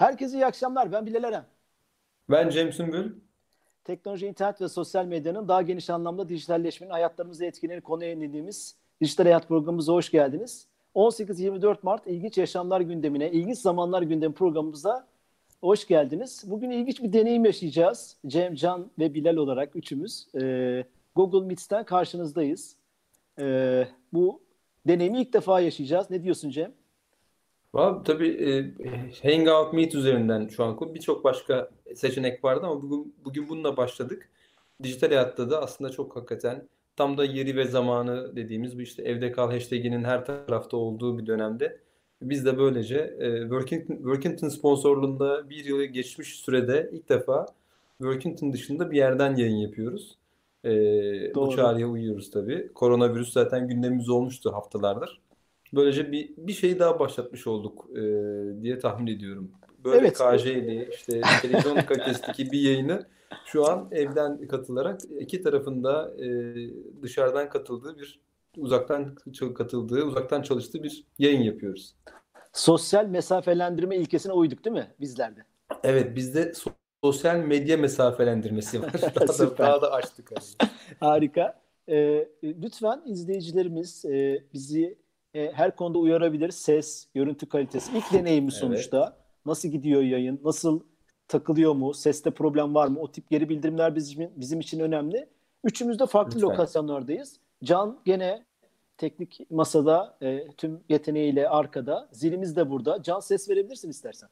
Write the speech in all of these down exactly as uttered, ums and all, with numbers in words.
Herkese iyi akşamlar. Ben Bilal Eren. Ben Cem Sümbül. Teknoloji, internet ve sosyal medyanın daha geniş anlamda dijitalleşmenin hayatlarımızı etkilerini konuya indirdiğimiz Dijital Hayat programımıza hoş geldiniz. on sekiz yirmi dört Mart ilginç yaşamlar gündemine, ilginç zamanlar gündemi programımıza hoş geldiniz. Bugün ilginç bir deneyim yaşayacağız. Cem, Can ve Bilal olarak üçümüz e, Google Meet'ten karşınızdayız. E, bu deneyimi ilk defa yaşayacağız. Ne diyorsun Cem? Abi, tabii e, Hangout Meet üzerinden şu an birçok başka seçenek vardı ama bugün bugün bununla başladık. Dijital hayatta da aslında çok hakikaten tam da yeri ve zamanı dediğimiz bu işte evde kal hashtag'inin her tarafta olduğu bir dönemde biz de böylece e, Workington, Workington sponsorluğunda bir yılı geçmiş sürede ilk defa Workington dışında bir yerden yayın yapıyoruz. E, bu Doğru. çağrıya uyuyoruz tabii. Koronavirüs zaten gündemimiz olmuştu haftalardır. Böylece bir bir şeyi daha başlatmış olduk e, diye tahmin ediyorum. Böyle Evet. e, K J'li işte televizyon kalitesindeki bir yayını şu an evden katılarak iki tarafında e, dışarıdan katıldığı bir uzaktan katıldığı, uzaktan çalıştığı bir yayın yapıyoruz. Sosyal mesafelendirme ilkesine uyduk değil mi bizler de? Evet, bizde so- sosyal medya mesafelendirmesi var. Daha da Süper. daha da açtık arayı. Harika. Ee, lütfen izleyicilerimiz e, bizi e, her konuda uyarabilir. Ses, görüntü kalitesi. İlk deneyimi Evet, sonuçta. Nasıl gidiyor yayın? Nasıl takılıyor mu? Seste problem var mı? O tip geri bildirimler bizim, bizim için önemli. Üçümüz de farklı lütfen. lokasyonlardayız. Can gene teknik masada e, tüm yeteneğiyle arkada. Zilimiz de burada. Can, ses verebilirsin istersen.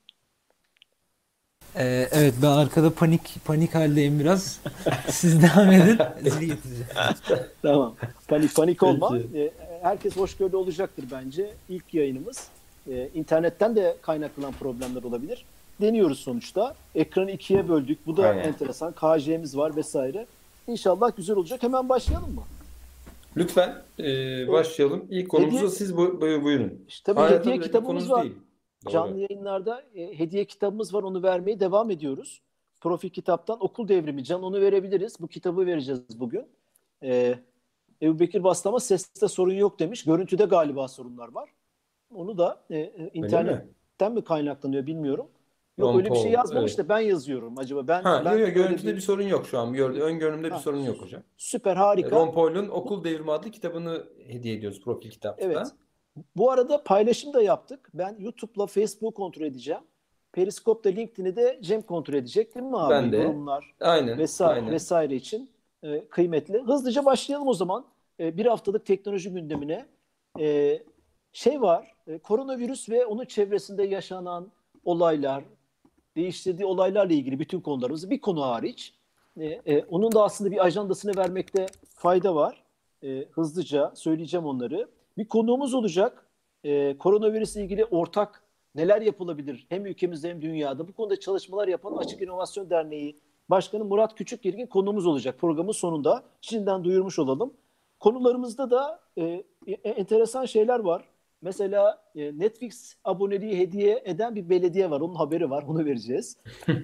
Ee, evet, ben arkada panik panik haldeyim biraz. Siz devam edin. Zili getireceğim. Tamam. Panik panik olma. Peki. E, herkes hoşgörülü olacaktır bence. İlk yayınımız. E, internetten de kaynaklanan problemler olabilir. Deniyoruz sonuçta. Ekranı ikiye böldük. Bu da Aynen. enteresan. K J'miz var vesaire. İnşallah güzel olacak. Hemen başlayalım mı? Lütfen e, E, başlayalım. İlk konumuza hediye siz bu, bu- buyurun. işte tabii Hayır, hediye tabii ilk kitabımız konumuz var. değil. Canlı Doğru. yayınlarda e, hediye kitabımız var. Onu vermeye devam ediyoruz. Profil kitaptan Okul Devrimi. Can, onu verebiliriz. Bu kitabı vereceğiz bugün. E, Ebubekir Bastama seste sorun yok demiş. Görüntüde galiba sorunlar var. Onu da e, e, Öyle mi? internetten mi kaynaklanıyor bilmiyorum. Yok, Ron öyle bir şey Paul, yazmamış evet. da ben yazıyorum acaba. Ben Ha, yok ben yok, öyle görüntüde bir bir sorun yok şu an. Gör, ön görünümde bir ha, sorun yok hocam. süper, E, Ron harika. Paul'un Okul Devrimi adlı kitabını hediye ediyoruz profil Evet. kitapta. Bu arada paylaşım da yaptık. Ben YouTube'la Facebook'u kontrol edeceğim. Periskop'ta LinkedIn'i de Cem kontrol edecek değil mi abi? Ben de. Yorumlar Aynen, vesaire, aynen. vesaire için e, kıymetli. Hızlıca başlayalım o zaman. E, bir haftalık teknoloji gündemine. E, şey var, e, koronavirüs ve onun çevresinde yaşanan olaylar, değiştirdiği olaylarla ilgili bütün konularımız, bir konu hariç. E, e, onun da aslında bir ajandasını vermekte fayda var. E, hızlıca söyleyeceğim onları. Bir konuğumuz olacak. E, koronavirüsle ilgili ortak neler yapılabilir hem ülkemizde hem dünyada. Bu konuda çalışmalar yapan Açık İnovasyon Derneği Başkanı Murat Küçükgirgin konuğumuz olacak programın sonunda. Şimdiden duyurmuş olalım. Konularımızda da e, e, enteresan şeyler var. Mesela e, Netflix aboneliği hediye eden bir belediye var. Onun haberi var. Onu vereceğiz.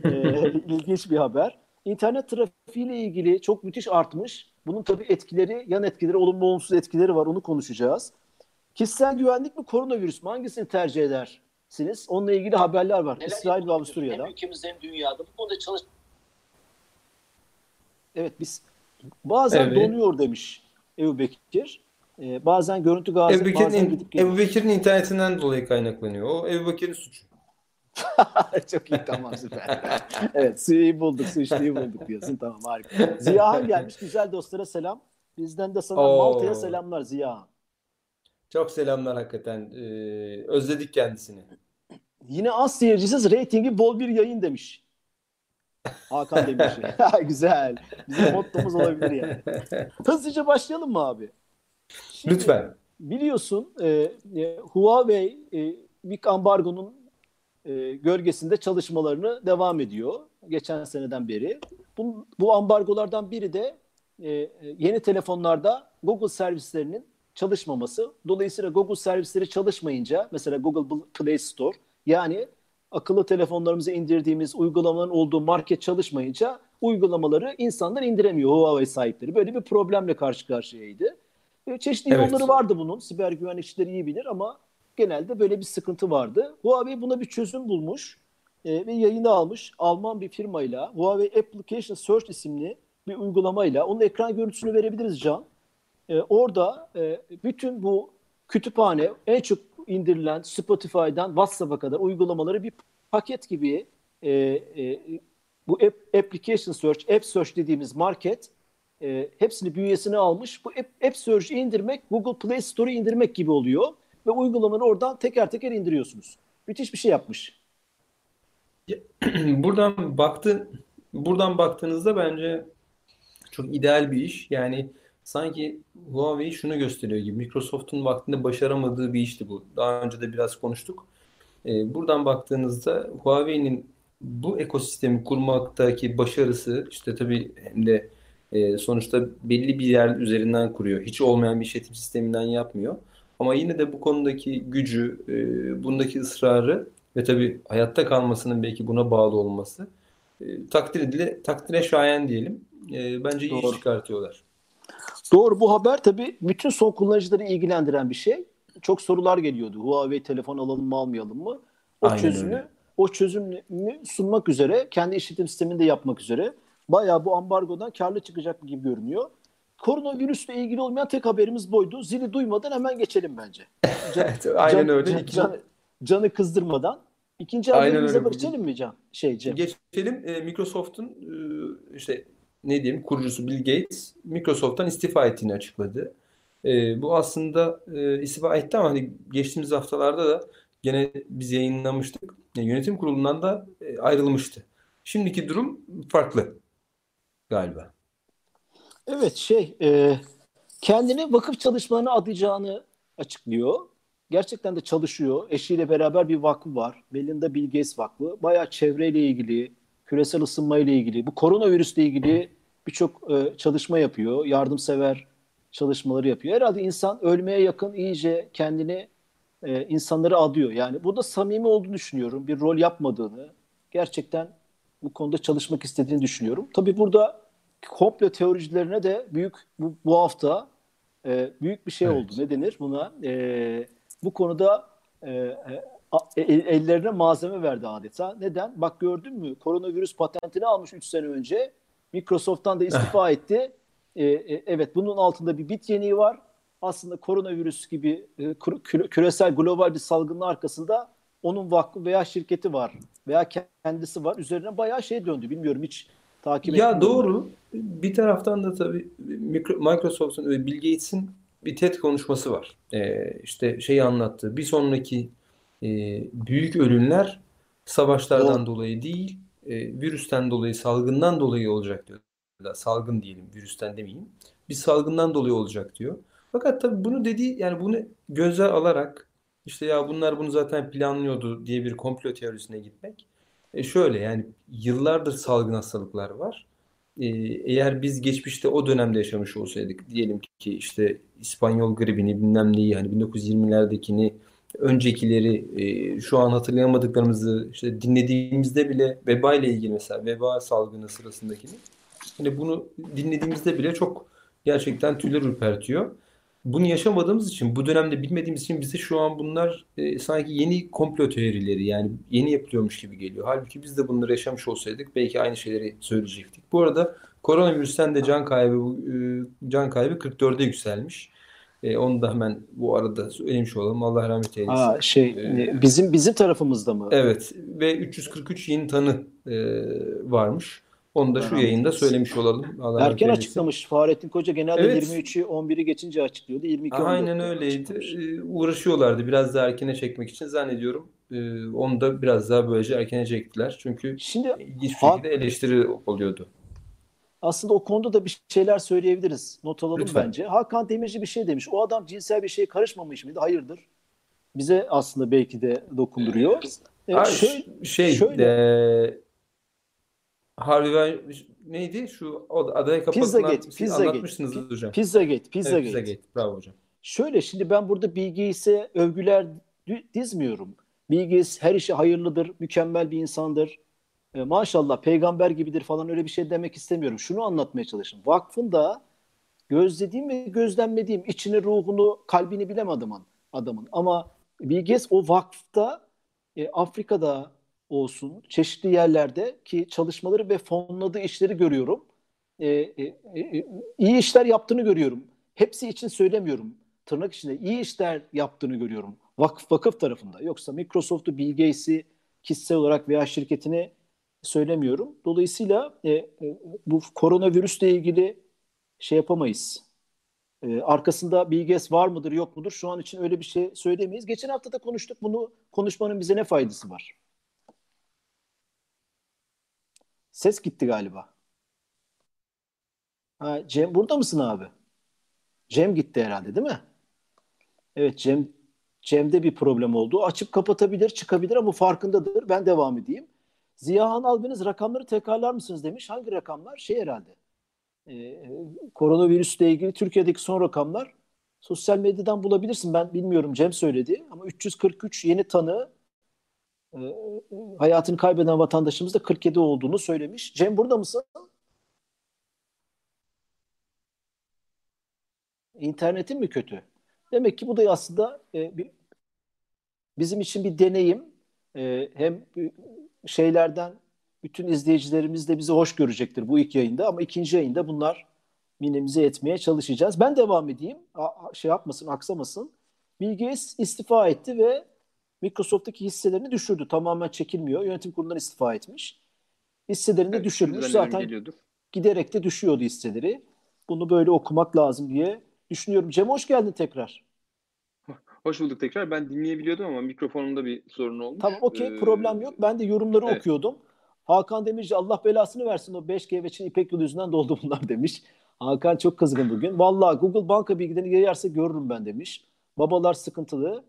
E, ilginç bir haber. İnternet trafiğiyle ilgili çok müthiş artmış. Bunun tabii etkileri, yan etkileri, olumlu olumsuz etkileri var. Onu konuşacağız. Kişisel güvenlik mi, koronavirüs mü? Hangisini tercih edersiniz? Onunla ilgili haberler var. Neler İsrail ve yapılabilir? Hem Avusturya'da. ülkemizde hem dünyada bu konuda çalış. Evet, biz bazen Evet. donuyor demiş Ebubekir. E, bazen görüntü gazı, Ebubekir'in bazen in- gidip geliyor. Ebubekir'in internetinden dolayı kaynaklanıyor. O Ebubekir'in suçu. Çok iyi, tamam, süper. Evet, suyu bulduk, suçluyu bulduk diyorsun, tamam, harika. Ziyahan gelmiş, güzel dostlara selam. Bizden de sana Malta'ya Oo. selamlar Ziyahan. Çok selamlar hakikaten. Ee, özledik kendisini. Yine az seyircisiz reytingi bol bir yayın demiş Hakan Demirci. Güzel, bizim mottomuz olabilir yani. Hızlıca başlayalım mı abi? Şimdi Lütfen. biliyorsun e, e, Huawei e, Big Ambargo'nun e, gölgesinde çalışmalarını devam ediyor geçen seneden beri. Bu, bu ambargolardan biri de e, yeni telefonlarda Google servislerinin çalışmaması. Dolayısıyla Google servisleri çalışmayınca mesela Google Play Store, yani akıllı telefonlarımıza indirdiğimiz uygulamaların olduğu market çalışmayınca uygulamaları insanlar indiremiyor, Huawei sahipleri. Böyle bir problemle karşı karşıyaydı. E, çeşitli yolları Evet. vardı bunun. Siber güvenlikçileri iyi bilir ama genelde böyle bir sıkıntı vardı. Huawei buna bir çözüm bulmuş. e, ve yayını almış Alman bir firmayla Huawei Application Search isimli bir uygulamayla. Onun ekran görüntüsünü verebiliriz Can. E, orada e, bütün bu kütüphane en çok indirilen Spotify'dan WhatsApp'a kadar uygulamaları bir paket gibi e, e, bu app, Application Search, App Search dediğimiz market e, hepsini bünyesine almış. Bu App, App Search'i indirmek Google Play Store'u indirmek gibi oluyor ve uygulamanı oradan teker teker indiriyorsunuz. Müthiş bir şey yapmış. Buradan baktı, buradan baktığınızda bence çok ideal bir iş. Yani sanki Huawei şunu gösteriyor gibi. Microsoft'un vaktinde başaramadığı bir işti bu. Daha önce de biraz konuştuk. Ee, buradan baktığınızda Huawei'nin bu ekosistemi kurmaktaki başarısı işte tabii hem de e, sonuçta belli bir yer üzerinden kuruyor. Hiç olmayan bir işletim sisteminden yapmıyor. Ama yine de bu konudaki gücü, e, bundaki ısrarı ve tabii hayatta kalmasının belki buna bağlı olması e, takdir edile, takdire şayan diyelim. E, bence iyi iş Doğru. çıkartıyorlar. Doğru. Bu haber tabii bütün son kullanıcıları ilgilendiren bir şey. Çok sorular geliyordu. Huawei telefon alalım mı almayalım mı? O Aynen öyle. çözümü o çözümü sunmak üzere, kendi işletim sistemini de yapmak üzere bayağı bu ambargodan karlı çıkacak gibi görünüyor. Koronavirüsle ilgili olmayan tek haberimiz buydu. Zili duymadan hemen geçelim bence. Can, Evet, aynen can, öyle. can, İkinci, can- canı kızdırmadan. İkinci aynen haberimize öyle. Bugün geçelim mi Can? Şey Cem. geçelim. E, Microsoft'un e, işte ne diyeyim kurucusu Bill Gates Microsoft'tan istifa ettiğini açıkladı. E, bu aslında e, istifa etti ama hani geçtiğimiz haftalarda da gene biz yayınlamıştık. E, yönetim kurulundan da e, ayrılmıştı. Şimdiki durum farklı galiba. Evet şey e, kendini vakıf çalışmalarına adayacağını açıklıyor. Gerçekten de çalışıyor. Eşiyle beraber bir vakfı var. Melinda Bill Gates Vakfı. Bayağı çevreyle ilgili, küresel ısınmayla ilgili, bu koronavirüsle ilgili birçok e, çalışma yapıyor. Yardımsever çalışmaları yapıyor. Herhalde insan ölmeye yakın iyice kendini e, insanları adıyor. Yani burada samimi olduğunu düşünüyorum. Bir rol yapmadığını, gerçekten bu konuda çalışmak istediğini düşünüyorum. Tabii burada komplo teoricilerine de büyük bu, bu hafta e, büyük bir şey oldu. Evet. Ne denir buna? E, bu konuda e, e, a- e- ellerine malzeme verdi adeta. Neden? Bak gördün mü? Koronavirüs patentini almış üç sene önce. Microsoft'tan da istifa etti. E, e, evet, bunun altında bir bit yeniği var. Aslında koronavirüs gibi e, kü- küresel global bir salgının arkasında onun vakfı veya şirketi var veya kendisi var. Üzerine bayağı şey döndü. Bilmiyorum, hiç takip ettim Ya mi onları? doğru. Bir taraftan da tabii Micro- Microsoft'un ve Bill Gates'in bir TED konuşması var. Ee, işte şeyi anlattı. Bir sonraki e, büyük ölümler Doğru. savaşlardan dolayı değil, e, virüsten dolayı, salgından dolayı olacak diyor. Ya da salgın diyelim, virüsten demeyeyim. Bir salgından dolayı olacak diyor. Fakat tabii bunu dediği, yani bunu göze alarak işte ya bunlar bunu zaten planlıyordu diye bir komplo teorisine gitmek. E şöyle yani yıllardır salgın hastalıklar var. E, eğer biz geçmişte o dönemde yaşamış olsaydık diyelim ki işte İspanyol gribini bilmem neyi hani bin dokuz yüz yirmilerdekini öncekileri e, şu an hatırlayamadıklarımızı işte dinlediğimizde bile veba ile ilgili mesela veba salgını sırasındakini hani bunu dinlediğimizde bile çok gerçekten tüyler ürpertiyor. Bunu yaşamadığımız için, bu dönemde bilmediğimiz için bize şu an bunlar e, sanki yeni komplo teorileri yani yeni yapılıyormuş gibi geliyor. Halbuki biz de bunları yaşamış olsaydık belki aynı şeyleri söyleyecektik. Bu arada koronavirüsten de can kaybı e, can kaybı kırk dörde yükselmiş. E, onu da hemen bu arada söylemiş olalım. Allah rahmet eylesin. Ha, şey E, e, bizim bizim tarafımızda mı? evet ve üç yüz kırk üç yeni tanı e, varmış. Onu da Allah şu rahmet yayında eylesin. söylemiş olalım. Allah rahmet Erken eylesin. açıklamış. Fahrettin Koca genelde Evet, yirmi üçü on biri geçince açıklıyordu. aynen yirmi iki on dörtte öyleydi. açıklamış. Ee, uğraşıyorlardı biraz daha erkene çekmek için zannediyorum. Ee, onu da biraz daha böylece erkene çektiler. Çünkü Şimdi ilginç bir ha, şekilde eleştiri oluyordu. aslında o konuda da bir şeyler söyleyebiliriz. Not alalım Lütfen. bence. Hakan Demirci bir şey demiş. O adam cinsel bir şeye karışmamış mıydı? Hayırdır? Bize aslında belki de dokunduruyor. E, Ha, şöyle, ş- şey, şöyle e, Harvey Wein- neydi? Şu o adaya kapatılan, Pizzagate, siz Pizzagate, anlatmıştınız Pi- hocam. Pizzagate, Evet, Pizzagate. Pizzagate. Bravo hocam. Şöyle, şimdi ben burada Bilgeys'e övgüler dü- dizmiyorum. Bilgeys her işi hayırlıdır, mükemmel bir insandır. E, maşallah peygamber gibidir falan, öyle bir şey demek istemiyorum. Şunu anlatmaya çalıştım. Vakfın da gözlediğim ve gözlemlediğim, içini, ruhunu, kalbini bilemem adamın. adamın. Ama Bilgeys o vakıfta e, Afrika'da olsun, çeşitli yerlerde ki çalışmaları ve fonladığı işleri görüyorum. E, e, e, iyi işler yaptığını görüyorum. Hepsi için söylemiyorum. Tırnak içinde iyi işler yaptığını görüyorum. Vakıf vakıf tarafında. Yoksa Microsoft'u, Bill Gates'i kişisel olarak veya şirketini söylemiyorum. Dolayısıyla e, e, bu koronavirüsle ilgili şey yapamayız. E, arkasında Bill Gates var mıdır yok mudur? Şu an için öyle bir şey söylemeyiz. Geçen hafta da konuştuk. Bunu konuşmanın bize ne faydası var? Ses gitti galiba. Ha, Cem burada mısın abi? Cem gitti herhalde değil mi? Evet Cem Cem'de bir problem oldu. Açıp kapatabilir, çıkabilir ama farkındadır. Ben devam edeyim. Ziyahan Albeniz rakamları tekrarlar mısınız demiş. Hangi rakamlar? Şey herhalde. Ee, koronavirüsle ilgili Türkiye'deki son rakamlar sosyal medyadan bulabilirsin. Ben bilmiyorum Cem söyledi ama üç yüz kırk üç yeni tanı e, hayatını kaybeden vatandaşımız da kırk yedi olduğunu söylemiş. Cem burada mısın? İnternetin mi kötü? Demek ki bu da aslında e, bir, bizim için bir deneyim. E, hem şeylerden bütün izleyicilerimiz de bizi hoş görecektir bu ilk yayında ama ikinci yayında bunlar minimize etmeye çalışacağız. Ben devam edeyim. A- şey yapmasın, aksamasın. Bill Gates istifa etti ve Microsoft'taki hisselerini düşürdü. Tamamen çekilmiyor. Yönetim kurulundan istifa etmiş. Hisselerini de Evet, düşürmüş. zannediyorum Zaten geliyordur. giderek de düşüyordu hisseleri. Bunu böyle okumak lazım diye düşünüyorum. Cem hoş geldin tekrar. Hoş bulduk tekrar. Ben dinleyebiliyordum ama mikrofonumda bir sorun Tamam olmuş. Ee, okey problem yok. Ben de yorumları evet. okuyordum. Hakan Demirci Allah belasını versin o beş G ve Çin İpek Yolu yüzünden doldu bunlar demiş. Hakan çok kızgın bugün. Vallahi Google banka bilgilerini yayarsa görürüm ben demiş. Babalar sıkıntılı.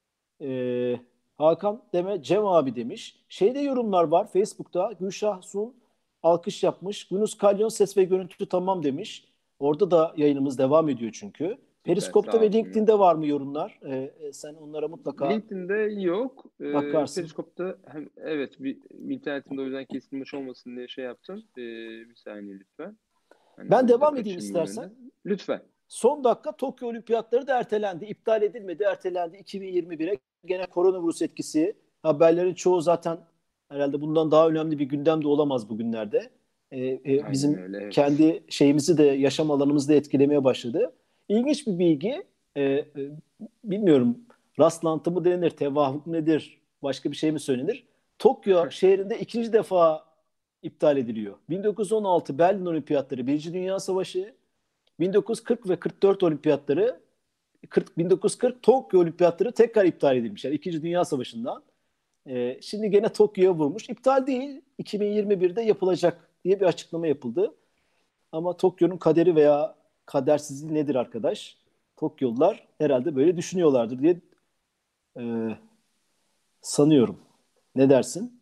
Ee, Hakan deme Cem abi demiş. Şeyde yorumlar var Facebook'ta. Gülşah Sun alkış yapmış. Yunus Kalyon ses ve görüntü tamam demiş. Orada da yayınımız devam ediyor çünkü. Süper, Periskop'ta sağ ve olsunlar. LinkedIn'de var mı yorumlar? Ee, e, sen onlara mutlaka LinkedIn'de yok. Ee, bakarsın. Periskop'ta hem evet bir, bir internetimde o yüzden kesilmiş olmasın diye şey yaptım. Ee, bir saniye lütfen. Hani Ben o yüzden devam edeyim kaçırmayayım istersen. önünden. Lütfen. Son dakika Tokyo Olimpiyatları da ertelendi. İptal edilmedi, ertelendi iki bin yirmi bire. Gene koronavirüs etkisi. Haberlerin çoğu zaten herhalde bundan daha önemli bir gündem de olamaz bugünlerde. Ee, e, Aynen bizim öyle. Evet. kendi şeyimizi de yaşam alanımızı da etkilemeye başladı. İlginç bir bilgi. Ee, e, bilmiyorum rastlantı mı denir, tevahuk nedir, başka bir şey mi söylenir? Tokyo şehrinde ikinci defa iptal ediliyor. bin dokuz yüz on altı Berlin Olimpiyatları, Birinci Dünya Savaşı, bin dokuz yüz kırk ve kırk dört olimpiyatları kırk, bin dokuz yüz kırk Tokyo olimpiyatları tekrar iptal edilmiş. Yani İkinci Dünya Savaşı'ndan. Ee, şimdi gene Tokyo'ya vurmuş. İptal değil. iki bin yirmi birde yapılacak diye bir açıklama yapıldı. Ama Tokyo'nun kaderi veya kadersizliği nedir arkadaş? Tokyo'lular herhalde böyle düşünüyorlardır diye e, sanıyorum. Ne dersin?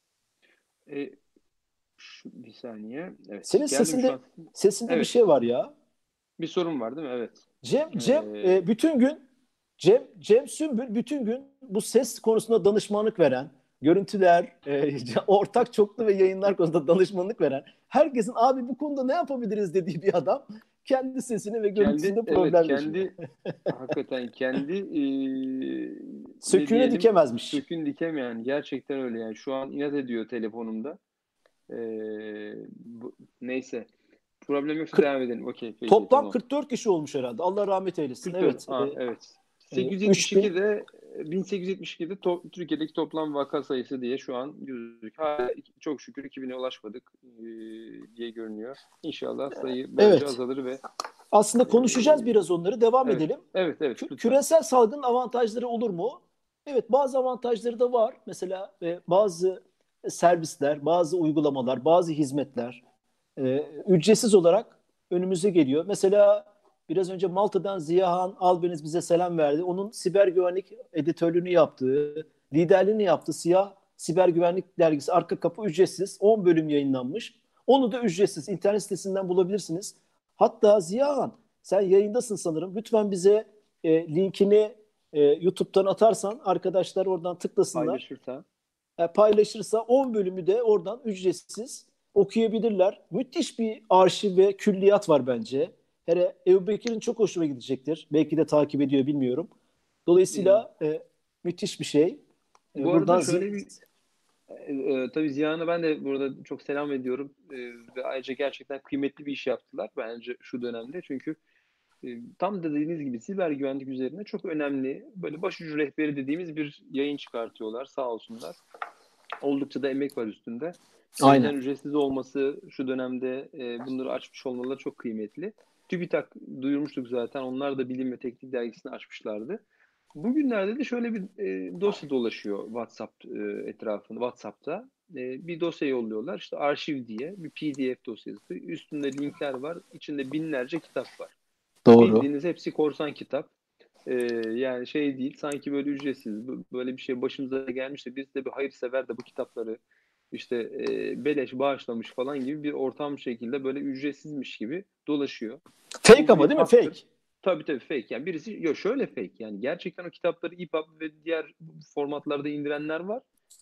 Ee, şu, bir saniye. Evet. Senin Geldim şu sesinde an. sesinde bir Evet. şey var ya. Bir sorun var değil mi? Evet. Cem Cem Ee, e, bütün gün Cem Cem Sümbül bütün gün bu ses konusunda danışmanlık veren, görüntüler, e, ortak çoklu ve yayınlar konusunda danışmanlık veren, herkesin abi bu konuda ne yapabiliriz dediği bir adam kendi sesini ve kendi görüntüsünde evet problem yaşıyor. kendi hakikaten kendi e, ne Söküğünü diyelim dikemezmiş. sökün dikemeyen gerçekten öyle yani şu an inat ediyor telefonumda. E, bu, neyse problem yoksa kırk devam edelim. Okey peki Toplam tamam. kırk dört kişi olmuş herhalde. Allah rahmet eylesin. kırk dört Evet. ha E, evet. e, üç bin sekiz yüz yetmiş ikide bin sekiz yüz yetmiş ikide to, Türkiye'deki toplam vaka sayısı diye şu an gözüküyor. Hala çok şükür iki bine ulaşmadık e, diye görünüyor. İnşallah sayı böylece evet. azalır ve Aslında e, konuşacağız biraz onları. Devam evet edelim. evet evet Kü- lütfen. küresel salgının avantajları olur mu? Evet, bazı avantajları da var. Mesela e, bazı servisler, bazı uygulamalar, bazı hizmetler e, ücretsiz olarak önümüze geliyor. Mesela biraz önce Malta'dan Ziyahan Albeniz bize selam verdi. Onun siber güvenlik editörlüğünü yaptığı, liderliğini yaptığı Siyah Siber Güvenlik Dergisi Arka Kapı ücretsiz. on bölüm yayınlanmış. Onu da ücretsiz. İnternet sitesinden bulabilirsiniz. Hatta Ziyahan sen yayındasın sanırım. Lütfen bize e, linkini e, YouTube'dan atarsan arkadaşlar oradan tıklasınlar. Paylaşırsa. E, paylaşırsa on bölümü de oradan ücretsiz okuyabilirler. Müthiş bir arşiv ve külliyat var bence. Hele Ebu Bekir'in çok hoşuma gidecektir. Belki de takip ediyor bilmiyorum. Ee, Dolayısıyla e, müthiş bir şey. E, bu arada buradan şöyle zi- bir E, e, tabii Ziyan'a ben de burada çok selam ediyorum. E, ve ayrıca gerçekten kıymetli bir iş yaptılar bence şu dönemde. Çünkü e, tam da dediğiniz gibi siber güvenlik üzerine çok önemli, böyle başucu rehberi dediğimiz bir yayın çıkartıyorlar, sağ olsunlar. Oldukça da emek var üstünde. O yüzden Aynen. ücretsiz olması şu dönemde e, bunları açmış olmaları çok kıymetli. TÜBİTAK duyurmuştuk zaten. Onlar da Bilim ve Teknik dergisini açmışlardı. Bugünlerde de şöyle bir e, dosya dolaşıyor WhatsApp e, etrafında, WhatsApp'ta. E, bir dosya yolluyorlar. İşte arşiv diye bir P D F dosyası. Üstünde linkler var. İçinde binlerce kitap var. Doğru. Bildiğiniz hepsi korsan kitap. Ee, yani şey değil, sanki böyle ücretsiz, bu- böyle bir şey başımıza gelmiş de biz de bir hayırsever de bu kitapları işte e, beleş bağışlamış falan gibi bir ortam şekilde böyle ücretsizmiş gibi dolaşıyor. Fake Bu ama bir değil mi? haktır. Fake. Tabii tabii fake. Yani birisi yok şöyle fake. Yani gerçekten o kitapları E P U B ve diğer formatlarda indirenler var.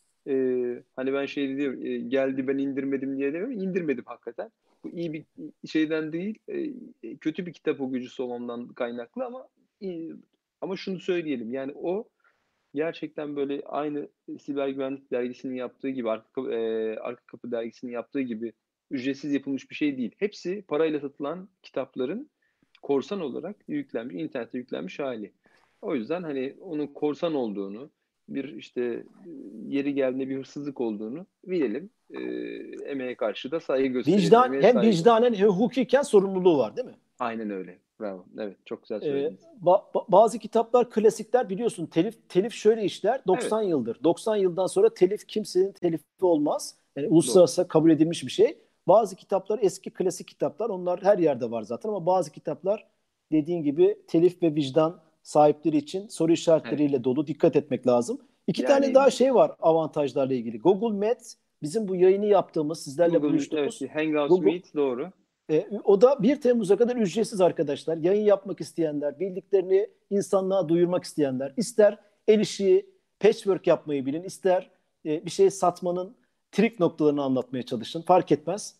Ee, hani ben şey diyorum, e, geldi ben indirmedim diye demiyorum. İndirmedim hakikaten. Bu iyi bir şeyden değil, e, kötü bir kitap okuyucusu olmamdan kaynaklı ama e, ama şunu söyleyelim. Yani o gerçekten böyle aynı Siber Güvenlik dergisinin yaptığı gibi, Arka, Kapı- e, Arka Kapı dergisinin yaptığı gibi ücretsiz yapılmış bir şey değil. Hepsi parayla satılan kitapların korsan olarak yüklenmiş, internete yüklenmiş hali. O yüzden hani onun korsan olduğunu, bir işte e, yeri geldiğinde bir hırsızlık olduğunu bilelim. E, emeğe karşı da saygı gösterelim. Vicdan Emeğe hem saygı. vicdanen hem hukuken sorumluluğu var değil mi? Aynen öyle. Bravo. Evet, çok güzel Ee, söylediniz. ba- ba- bazı kitaplar klasikler biliyorsun telif telif şöyle işler Evet, doksan yıldır. doksan yıldan sonra telif kimsenin telifi olmaz. Yani doğru. uluslararası kabul edilmiş bir şey. Bazı kitaplar eski klasik kitaplar onlar her yerde var zaten ama bazı kitaplar dediğin gibi telif ve vicdan sahipleri için soru Evet. işaretleriyle dolu dikkat etmek lazım. İki tane Yani daha şey var avantajlarla ilgili. Google Maps bizim bu yayını yaptığımız sizlerle Google, evet, buluştuğumuz Hangouts Google Meet doğru. e, o da bir Temmuz'a kadar ücretsiz arkadaşlar. Yayın yapmak isteyenler, bildiklerini insanlığa duyurmak isteyenler, ister el işi, patchwork yapmayı bilin, ister e, bir şey satmanın trik noktalarını anlatmaya çalışın. Fark etmez.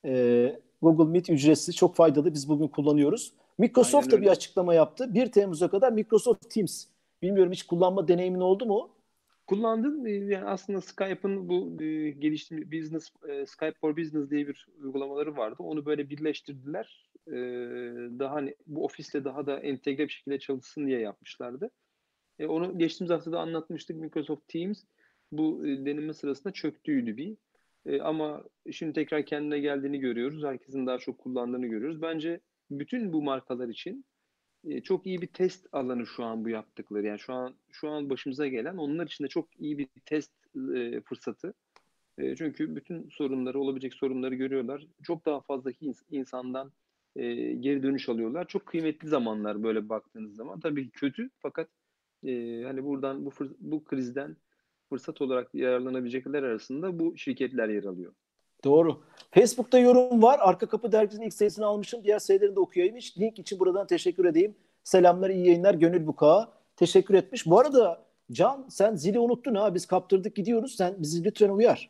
E, Google Meet ücretsiz, çok faydalı. Biz bugün kullanıyoruz. Aynen Microsoft da bir öyle. açıklama yaptı. bir Temmuz'a kadar Microsoft Teams. Bilmiyorum hiç kullanma deneyimin oldu mu? Kullandığım e, yani aslında Skype'ın bu e, geliştirdiği Business e, Skype for Business diye bir uygulamaları vardı. Onu böyle birleştirdiler. E, daha hani bu ofisle daha da entegre bir şekilde çalışsın diye yapmışlardı. E, onu geçtiğimiz hafta da anlatmıştık. Microsoft Teams bu e, deneme sırasında çöktüydü bir. E, ama şimdi tekrar kendine geldiğini görüyoruz. Herkesin daha çok kullandığını görüyoruz. Bence bütün bu markalar için e, çok iyi bir test alanı şu an bu yaptıkları. Yani şu an şu an başımıza gelen onlar için de çok iyi bir test e, fırsatı. E, çünkü bütün sorunları, olabilecek sorunları görüyorlar. Çok daha fazla ins- insandan e, geri dönüş alıyorlar. Çok kıymetli zamanlar böyle baktığınız zaman. Tabii ki kötü fakat e, hani buradan bu fırs- bu krizden fırsat olarak yararlanabilecekler arasında bu şirketler yer alıyor. Doğru. Facebook'ta yorum var. Arka Kapı Dergisi'nin ilk sayısını almışım. Diğer sayılarını da okuyayım. Hiç link için buradan teşekkür edeyim. Selamlar, iyi yayınlar. Gönül Bukağı teşekkür etmiş. Bu arada Can sen zili unuttun ha. Biz kaptırdık gidiyoruz. Sen bizi lütfen uyar.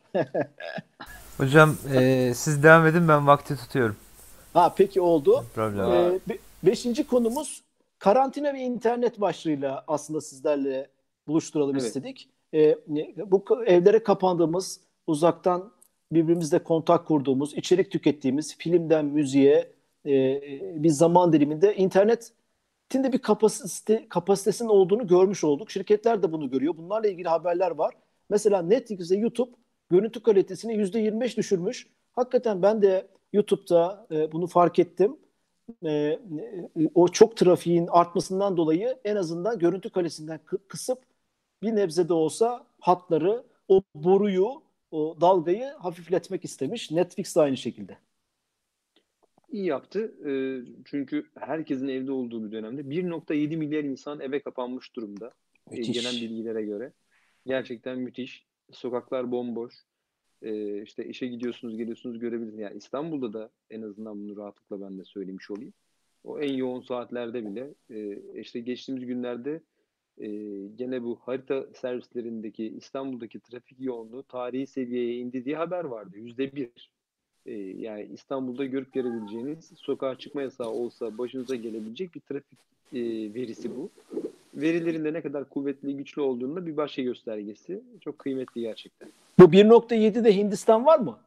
Hocam e, siz devam edin, ben vakti tutuyorum. Ha peki oldu. Problem yok. Vay. Ee, be- beşinci konumuz karantina ve internet başlığıyla aslında sizlerle buluşturalım Evet. istedik. Ee, ne- bu ka- evlere kapandığımız, uzaktan birbirimizle kontak kurduğumuz, içerik tükettiğimiz, filmden müziğe e, bir zaman diliminde internetin de bir kapasite, kapasitesinin olduğunu görmüş olduk. Şirketler de bunu görüyor. Bunlarla ilgili haberler var. Mesela Netflix ve YouTube görüntü kalitesini yüzde yirmi beş düşürmüş. Hakikaten ben de YouTube'da e, bunu fark ettim. E, e, o çok trafiğin artmasından dolayı en azından görüntü kalitesinden kı- kısıp bir nebze de olsa hatları, o boruyu, o dalgayı hafifletmek istemiş. Netflix de aynı şekilde. İyi yaptı. Ee, çünkü herkesin evde olduğu bir dönemde bir nokta yedi milyar insan eve kapanmış durumda. Ee, gelen Müthiş. bilgilere göre. Gerçekten müthiş. Sokaklar bomboş. Ee, işte işe gidiyorsunuz, geliyorsunuz görebilirsiniz. Yani İstanbul'da da en azından bunu rahatlıkla ben de söylemiş olayım. O en yoğun saatlerde bile e, işte geçtiğimiz günlerde e, gene bu harita servislerindeki İstanbul'daki trafik yoğunluğu tarihi seviyeye indi diye haber vardı. Yüzde bir. E, yani İstanbul'da görüp görebileceğiniz sokağa çıkma yasağı olsa başınıza gelebilecek bir trafik e, verisi bu. Verilerin de ne kadar kuvvetli, güçlü olduğunu da bir başka göstergesi. Çok kıymetli gerçekten. Bu bir nokta yedide Hindistan var mı?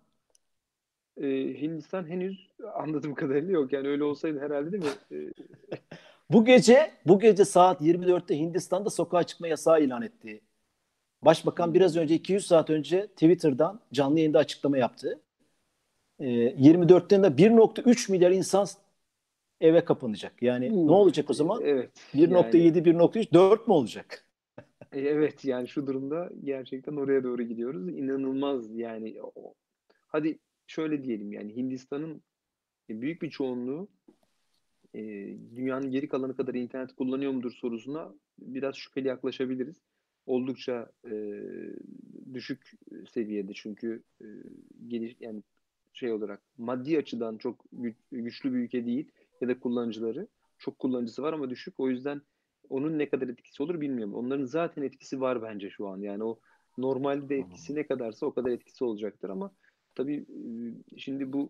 Ee, Hindistan henüz anladığım kadarıyla yok. Yani öyle olsaydı herhalde, değil mi? Ee, Bu gece bu gece saat yirmi dörtte Hindistan'da sokağa çıkma yasağı ilan etti. Başbakan biraz önce iki yüz saat önce Twitter'dan canlı yayında açıklama yaptı. Ee, yirmi dörtten de bir nokta üç milyar insan eve kapanacak. Yani ne uf, olacak o zaman? evet yani bir nokta yedi, bir nokta üç, dört mü olacak? e, evet yani şu durumda gerçekten oraya doğru gidiyoruz. İnanılmaz yani. O- Hadi şöyle diyelim, yani Hindistan'ın büyük bir çoğunluğu e, dünyanın geri kalanı kadar internet kullanıyor mudur sorusuna biraz şüpheli yaklaşabiliriz. Oldukça e, düşük seviyede, çünkü e, geliş yani şey olarak maddi açıdan çok gü- güçlü bir ülke değil, ya da kullanıcıları çok kullanıcısı var ama düşük. O yüzden onun ne kadar etkisi olur bilmiyorum. Onların zaten etkisi var bence şu an. Yani o normalde etkisi ne kadarsa o kadar etkisi olacaktır ama tabii e, şimdi bu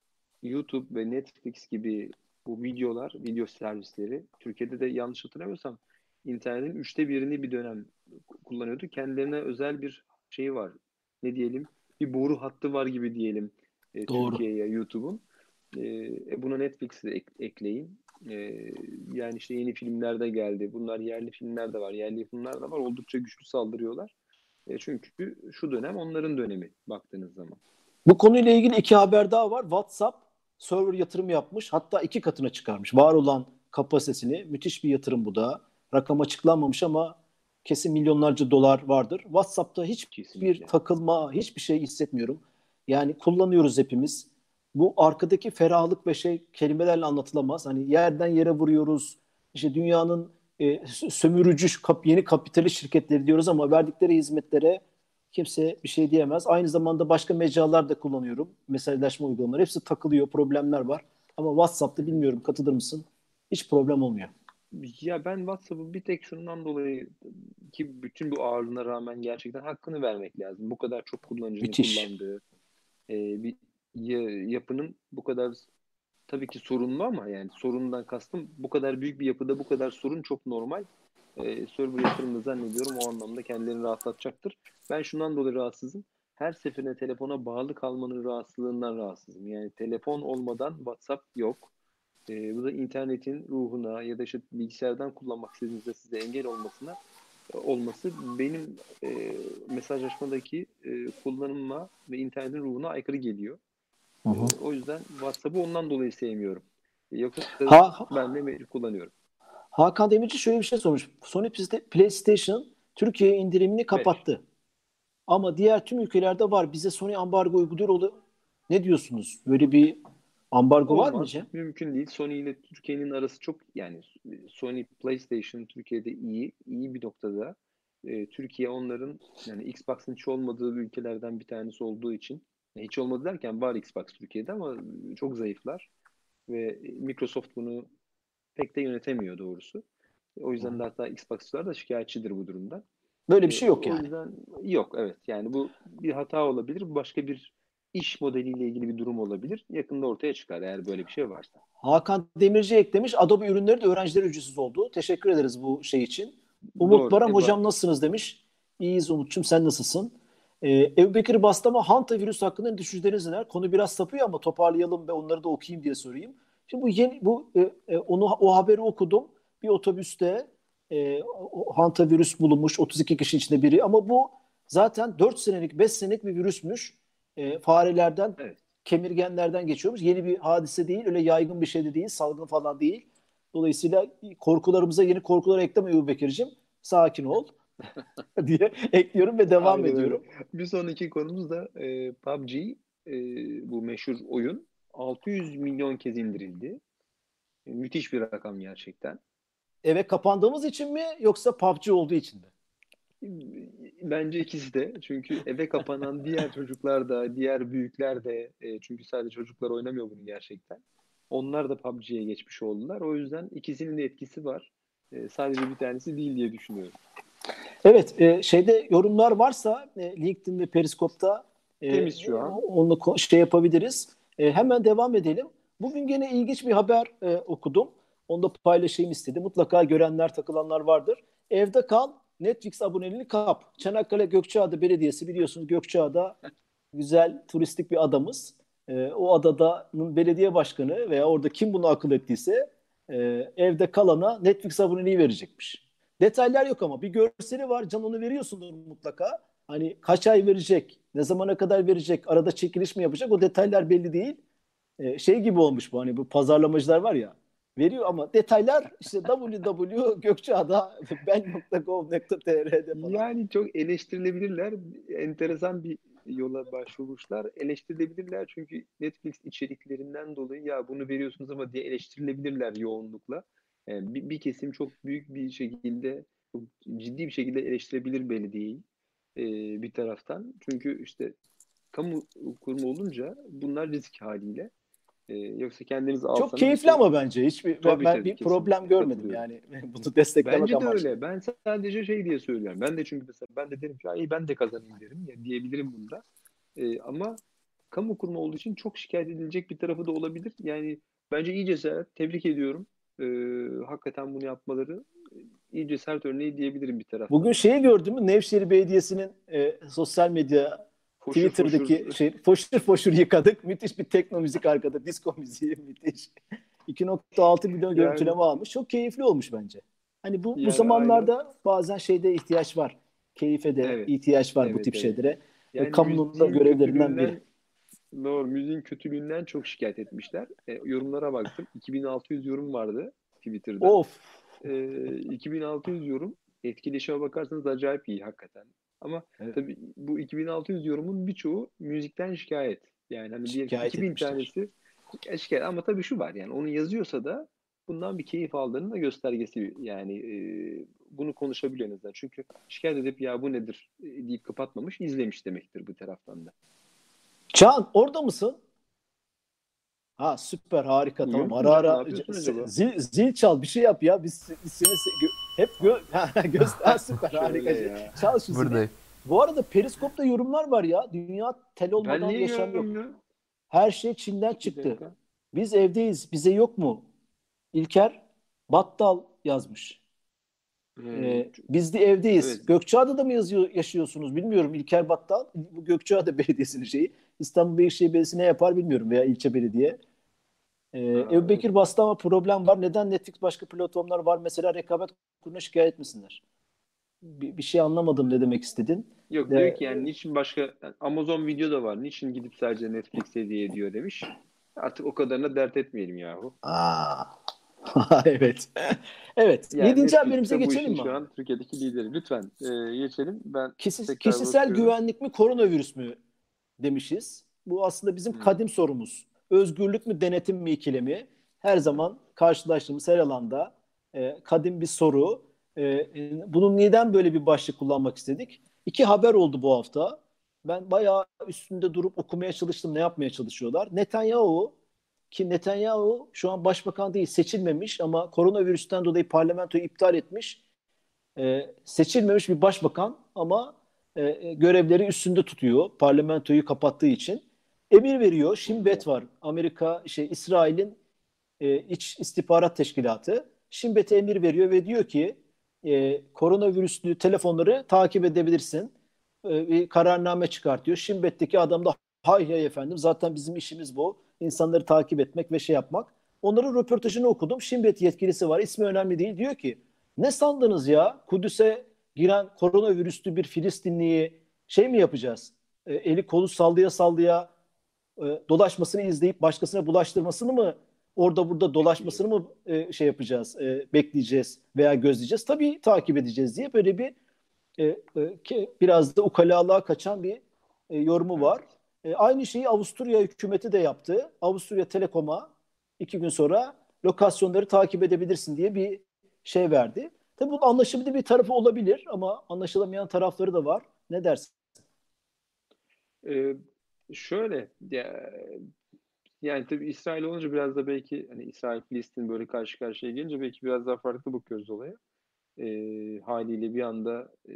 YouTube ve Netflix gibi bu videolar, video servisleri Türkiye'de de yanlış hatırlamıyorsam internetin üçte birini bir dönem kullanıyordu. Kendilerine özel bir şey var. Ne diyelim? Bir boru hattı var gibi diyelim, e, Doğru. Türkiye'ye YouTube'un. E, e, buna Netflix'i de ek- ekleyin. E, yani işte yeni filmler de geldi. Bunlar yerli filmler de var. Yerli yapımlar da var. Oldukça güçlü saldırıyorlar. E, çünkü şu dönem onların dönemi baktığınız zaman. Bu konuyla ilgili iki haber daha var. WhatsApp server yatırım yapmış. Hatta iki katına çıkarmış. Var olan kapasitesini. Müthiş bir yatırım bu da. Rakam açıklanmamış ama kesin milyonlarca dolar vardır. WhatsApp'ta hiçbir Kesinlikle. takılma, hiçbir şey hissetmiyorum. Yani kullanıyoruz hepimiz. Bu arkadaki ferahlık ve şey kelimelerle anlatılamaz. Hani yerden yere vuruyoruz. İşte dünyanın e, sömürücü kap, yeni kapitalist şirketleri diyoruz ama verdikleri hizmetlere kimse bir şey diyemez. Aynı zamanda başka mecralar da kullanıyorum. Mesajlaşma uygulamaları. Hepsi takılıyor, problemler var. Ama WhatsApp'ta bilmiyorum katılır mısın? Hiç problem olmuyor. Ya ben WhatsApp'ı bir tek şundan dolayı, ki bütün bu ağırlığına rağmen gerçekten hakkını vermek lazım. Bu kadar çok kullanıcının Müthiş. kullandığı e, bir ya- yapının bu kadar tabii ki sorunlu, ama yani sorundan kastım bu kadar büyük bir yapıda bu kadar sorun çok normal. E, server yatırımını zannediyorum o anlamda kendilerini rahatlatacaktır. Ben şundan dolayı rahatsızım. Her seferinde telefona bağlı kalmanın rahatsızlığından rahatsızım. Yani telefon olmadan WhatsApp yok. E, bu da internetin ruhuna ya da işte bilgisayardan kullanmak istediğinizde size engel olmasına olması benim e, mesajlaşmadaki e, kullanıma ve internetin ruhuna aykırı geliyor. Hı hı. E, o yüzden WhatsApp'ı ondan dolayı sevmiyorum. E, yoksa Ha, ben de mecbur kullanıyorum. Hakan Demirci şöyle bir şey sormuş. Sony PlayStation Türkiye indirimini beş. kapattı. Ama diğer tüm ülkelerde var. Bize Sony ambargo uyguluyor. Olu- Ne diyorsunuz? Böyle bir ambargo var mı Olmaz. Cem? Mümkün değil. Sony ile Türkiye'nin arası çok, yani Sony PlayStation Türkiye'de iyi. iyi bir noktada. E, Türkiye onların, yani Xbox'ın hiç olmadığı ülkelerden bir tanesi olduğu için, hiç olmadı derken var Xbox Türkiye'de ama çok zayıflar ve Microsoft bunu pek de yönetemiyor doğrusu. O yüzden de hatta Xbox'lar da şikayetçidir bu durumda. Böyle bir E, şey yok o yani. yüzden yok, evet, yani bu bir hata olabilir. Bu başka bir iş modeliyle ilgili bir durum olabilir. Yakında ortaya çıkar eğer böyle bir şey varsa. Hakan Demirci eklemiş. Adobe ürünleri de öğrencilere ücretsiz oldu. Teşekkür ederiz bu şey için. Umut Doğru. Baran E, hocam bak, nasılsınız demiş. İyiyiz Umut'cum sen nasılsın? Ee, Ebubekir Bastama hantavirüs hakkında düşünceleriniz neler? Konu biraz sapıyor ama toparlayalım ve onları da okuyayım diye sorayım. Şimdi bu yeni bu e, e, onu o haberi okudum. Bir otobüste e, o hantavirüs bulunmuş otuz iki kişi içinde biri ama bu zaten dört senelik beş senelik bir virüsmüş. E, farelerden evet. kemirgenlerden geçiyormuş. Yeni bir hadise değil, öyle yaygın bir şey de değil, salgın falan değil. Dolayısıyla korkularımıza yeni korkular ekleme Ebu Bekir'cim. Sakin ol diye ekliyorum ve devam Aynen öyle. ediyorum. Bir sonraki konumuz da e, P U B G. E, bu meşhur oyun altı yüz milyon kez indirildi. E, müthiş bir rakam gerçekten. Eve kapandığımız için mi yoksa P U B G olduğu için mi? Bence ikisi de. Çünkü eve kapanan diğer çocuklar da, diğer büyükler de, e, çünkü sadece çocuklar oynamıyor bunu gerçekten. Onlar da P U B G'ye geçmiş oldular. O yüzden ikisinin de etkisi var. E, sadece bir tanesi değil diye düşünüyorum. Evet, e, şeyde yorumlar varsa e, LinkedIn ve Periskop'ta e, Temiz şu an. onunla ko- şey yapabiliriz. E, hemen devam edelim. Bugün gene ilginç bir haber e, okudum. Onu da paylaşayım istedim. Mutlaka görenler, takılanlar vardır. Evde kal, Netflix aboneliğini kap. Çanakkale Gökçeada Belediyesi, biliyorsunuz Gökçeada güzel turistik bir adamız. Ee, o adadanın belediye başkanı veya orada kim bunu akıl ettiyse e, evde kalana Netflix aboneliği verecekmiş. Detaylar yok ama bir görseli var. Can, onu veriyorsundur mutlaka. Hani kaç ay verecek, ne zamana kadar verecek, arada çekiliş mi yapacak, o detaylar belli değil. Ee, şey gibi olmuş bu, hani bu pazarlamacılar var ya, veriyor ama detaylar işte double-u double-u double-u nokta gökçeada ben nokta gov nokta tr'de falan. Yani çok eleştirilebilirler. Enteresan bir yola başvurmuşlar. Eleştirilebilirler çünkü Netflix içeriklerinden dolayı ya bunu veriyorsunuz ama diye eleştirilebilirler yoğunlukla. Yani bir, bir kesim çok büyük bir şekilde, çok ciddi bir şekilde eleştirebilir belediyeyi e, bir taraftan. Çünkü işte kamu kurumu olunca bunlar risk haliyle. E, yoksa kendiniz Çok alsanız keyifli işte ama bence hiçbir ben, tabii ben bir tabii problem kesinlikle görmedim katılıyorum. yani bunu desteklemek Bence de amaçlı. öyle. Ben sadece şey diye söylüyorum. Ben de çünkü mesela ben de derim ki iyi ben de kazanayım derim ya diyebilirim bunda. Ee, ama kamu kurumu olduğu için çok şikayet edilecek bir tarafı da olabilir. Yani bence iyi cesaret. Tebrik ediyorum. Ee, hakikaten bunu yapmaları iyi cesaret örneği diyebilirim bir Bugün taraftan da. şeyi gördün mü? Nevşehir Belediyesi'nin e, sosyal medya, Foşur Twitter'daki foşur. şey, foşur foşur yıkadık. Müthiş bir tekno müzik arkada. Disco müziği müthiş. iki nokta altı milyon Yani görüntüleme almış. Çok keyifli olmuş bence. Hani bu bu yani aynen. zamanlarda bazen şeyde ihtiyaç var. Keyfe de Evet. ihtiyaç var bu Evet tip evet. şeylere. Ve Yani kamunun da müziğin görevlerinden biri. kötülüğünden doğru. Müziğin kötülüğünden çok şikayet etmişler. E, yorumlara baktım. iki bin altı yüz yorum vardı Twitter'da. Of. E, iki bin altı yüz yorum. Etkileşime bakarsanız acayip iyi hakikaten. Ama Evet, tabii bu iki bin altı yüz yorumun birçoğu müzikten şikayet. Yani hani diyelim ki şikayet iki bin etmişler. tanesi şikayet. Ama tabii şu var yani onu yazıyorsa da bundan bir keyif aldığının da göstergesi. Yani e, bunu konuşabiliyor en azından. Çünkü şikayet edip ya bu nedir e, deyip kapatmamış, izlemiş demektir bu taraftan da. Can, orada mısın? Ha, süper, harika, tamam. Buyur Ara Can, ne ara yapıyorsun se- acaba? zil, zil çal, bir şey yap ya. Biz, biz seni se- gö- hep gö ha, göster, ha, süper, Şöyle harika. ya. Çal şu zili. Buradayım. Bu arada Periskop'ta yorumlar var ya. Dünya tel Ben olmadan niye yaşam yok. görmüyorum? Her şey Çin'den Bir çıktı. dakika. Biz evdeyiz. Bize yok mu? İlker Battal yazmış. Ee, Ee, biz de evdeyiz. evet. Gökçeada'da mı yazıyor, yaşıyorsunuz bilmiyorum. İlker Battal. Bu Gökçeada Belediyesi'nin şeyi. İstanbul Büyükşehir Belediyesi ne yapar bilmiyorum, veya ilçe belediye. Ee, Aa, Ebubekir bastı ama problem var. Neden Netflix başka platformlar var? Mesela rekabet kuruluna şikayet etmesinler. Bir, bir şey anlamadım, ne demek istedin. yok diyor De, ki yani niçin başka yani Amazon Video da var. Niçin gidip sadece Netflix hediye ediyor demiş. Artık o kadarına dert etmeyelim yahu. aa, evet. Evet. Yani Yedinci Netflix haberimize de bu geçelim işin mi şu abi? an Türkiye'deki lideri. Lütfen e, geçelim. Ben Kişi- tekrar kişisel bakıyorum. güvenlik mi, koronavirüs mü demişiz. Bu aslında bizim Hı. kadim sorumuz. Özgürlük mü, denetim mi ikilemi? Her zaman karşılaştığımız her alanda e, kadim bir soru. E, e, bunun neden böyle bir başlık kullanmak istedik? İki haber oldu bu hafta. Ben bayağı üstünde durup okumaya çalıştım, ne yapmaya çalışıyorlar. Netanyahu, ki Netanyahu şu an başbakan değil, seçilmemiş ama koronavirüsten dolayı parlamentoyu iptal etmiş. E, seçilmemiş bir başbakan ama e, görevleri üstünde tutuyor parlamentoyu kapattığı için. Emir veriyor. Shin Bet var. Amerika şey İsrail'in e, iç istihbarat teşkilatı. Shin Bet'e emir veriyor ve diyor ki e, koronavirüslü telefonları takip edebilirsin. E, bir kararname çıkartıyor. Shin Bet'teki adam da hay hay efendim, zaten bizim işimiz bu. İnsanları takip etmek ve şey yapmak. Onların röportajını okudum. Shin Bet yetkilisi var. İsmi önemli değil. Diyor ki ne sandınız ya? Kudüs'e giren koronavirüslü bir Filistinliyi şey mi yapacağız? E, eli kolu sallaya sallaya e, dolaşmasını izleyip başkasına bulaştırmasını mı, orada burada dolaşmasını Bekleyeceğiz. mı e, şey yapacağız, e, bekleyeceğiz veya gözleyeceğiz? Tabii takip edeceğiz diye böyle bir e, e, ki biraz da ukalalığa kaçan bir e, yorumu var. Evet. E, aynı şeyi Avusturya hükümeti de yaptı. Avusturya Telekom'a iki gün sonra lokasyonları takip edebilirsin diye bir şey verdi. Tabii bunun anlaşılabilir bir tarafı olabilir ama anlaşılamayan tarafları da var. Ne dersin? Ee, şöyle ya, yani tabii İsrail olunca biraz da belki hani İsrail Filistin böyle karşı karşıya gelince belki biraz daha farklı bakıyoruz olaya. Ee, haliyle bir anda e,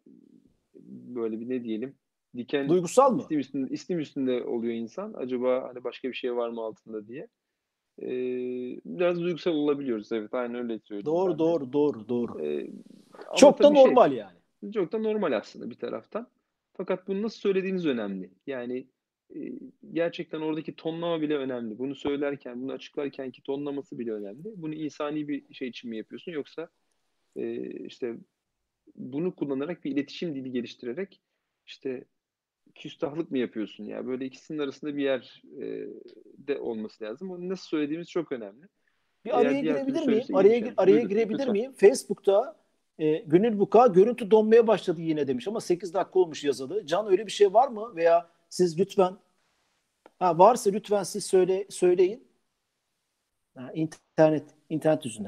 böyle bir ne diyelim diken Duygusal mı? istim üstünde, istim üstünde oluyor insan. Acaba hani başka bir şey var mı altında diye. Ee, biraz duygusal olabiliyoruz. Evet, aynen öyle söyleyeyim Doğru, ben de. doğru, doğru, doğru. Ee, ama Çok da tabii şey normal yani. Çok da normal aslında bir taraftan. Fakat bunu nasıl söylediğiniz önemli. Yani e, gerçekten oradaki tonlama bile önemli. Bunu söylerken, bunu açıklarken ki tonlaması bile önemli. Bunu insani bir şey için mi yapıyorsun yoksa e, işte bunu kullanarak bir iletişim dili geliştirerek işte küstahlık mı yapıyorsun ya? Böyle ikisinin arasında bir yer e, de olması lazım. Onu nasıl söylediğimiz çok önemli. Bir Eğer araya diğer türlü girebilir miyim? söylese iyi bir Araya şey. gir- araya Buyurun girebilir lütfen. miyim? Facebook'ta e, Gönül Buka görüntü donmaya başladı yine demiş ama sekiz dakika olmuş yazılı. Can öyle bir şey var mı? Veya siz lütfen ha, varsa lütfen siz söyle söyleyin. Ha, internet internet yüzünden.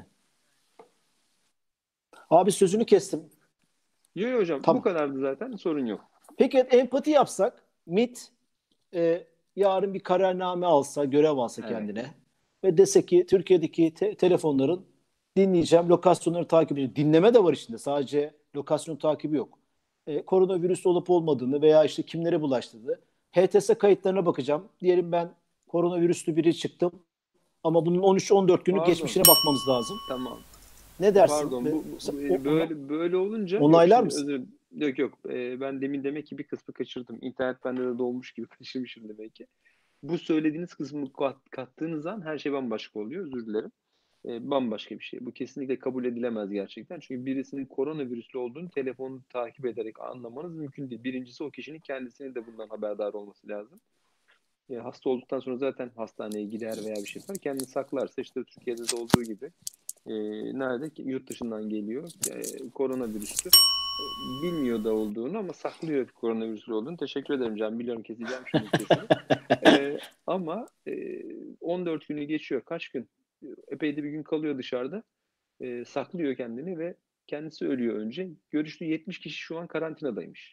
Abi sözünü kestim. Yok yok hocam, bu Tamam. kadardı zaten, sorun yok. Peki empati yapsak M İ T e, yarın bir kararname alsa, görev alsa Evet. kendine ve dese ki Türkiye'deki te- telefonların dinleyeceğim, lokasyonları takip edeceğim. Dinleme de var içinde. Sadece lokasyon takibi yok. E, koronavirüs olup olmadığını veya işte kimlere bulaştırdı. H T S kayıtlarına bakacağım. Diyelim ben koronavirüslü biri çıktım ama bunun on üç on dört günlük Pardon. geçmişine bakmamız lazım. Tamam. Ne dersin? Pardon. Bu, bu- O- böyle böyle olunca yok onaylar şimdi mısın? özür yok yok. Ee, ben demin demek ki bir kısmı kaçırdım. İnternet bende de dolmuş gibi kaçırmışım demek ki. Bu söylediğiniz kısmı kat- kattığınız an her şey bambaşka oluyor. Özür dilerim. Ee, bambaşka bir şey. Bu kesinlikle kabul edilemez gerçekten. Çünkü birisinin koronavirüslü olduğunu telefonu takip ederek anlamanız mümkün değil. Birincisi o kişinin kendisinin de bundan haberdar olması lazım. E, hasta olduktan sonra zaten hastaneye gider veya bir şey yapar. Kendini saklarsa işte Türkiye'de de olduğu gibi e, nerede ki yurt dışından geliyor. E, koronavirüslü. E, bilmiyor da olduğunu ama saklıyor koronavirüslü olduğunu. Teşekkür ederim Can. Biliyorum keseceğim şimdi sesini. E, ama e, on dört günü geçiyor. Kaç gün? Epey de bir gün kalıyor dışarıda. E, saklıyor kendini ve kendisi ölüyor önce. Görüştüğü yetmiş kişi şu an karantinadaymış.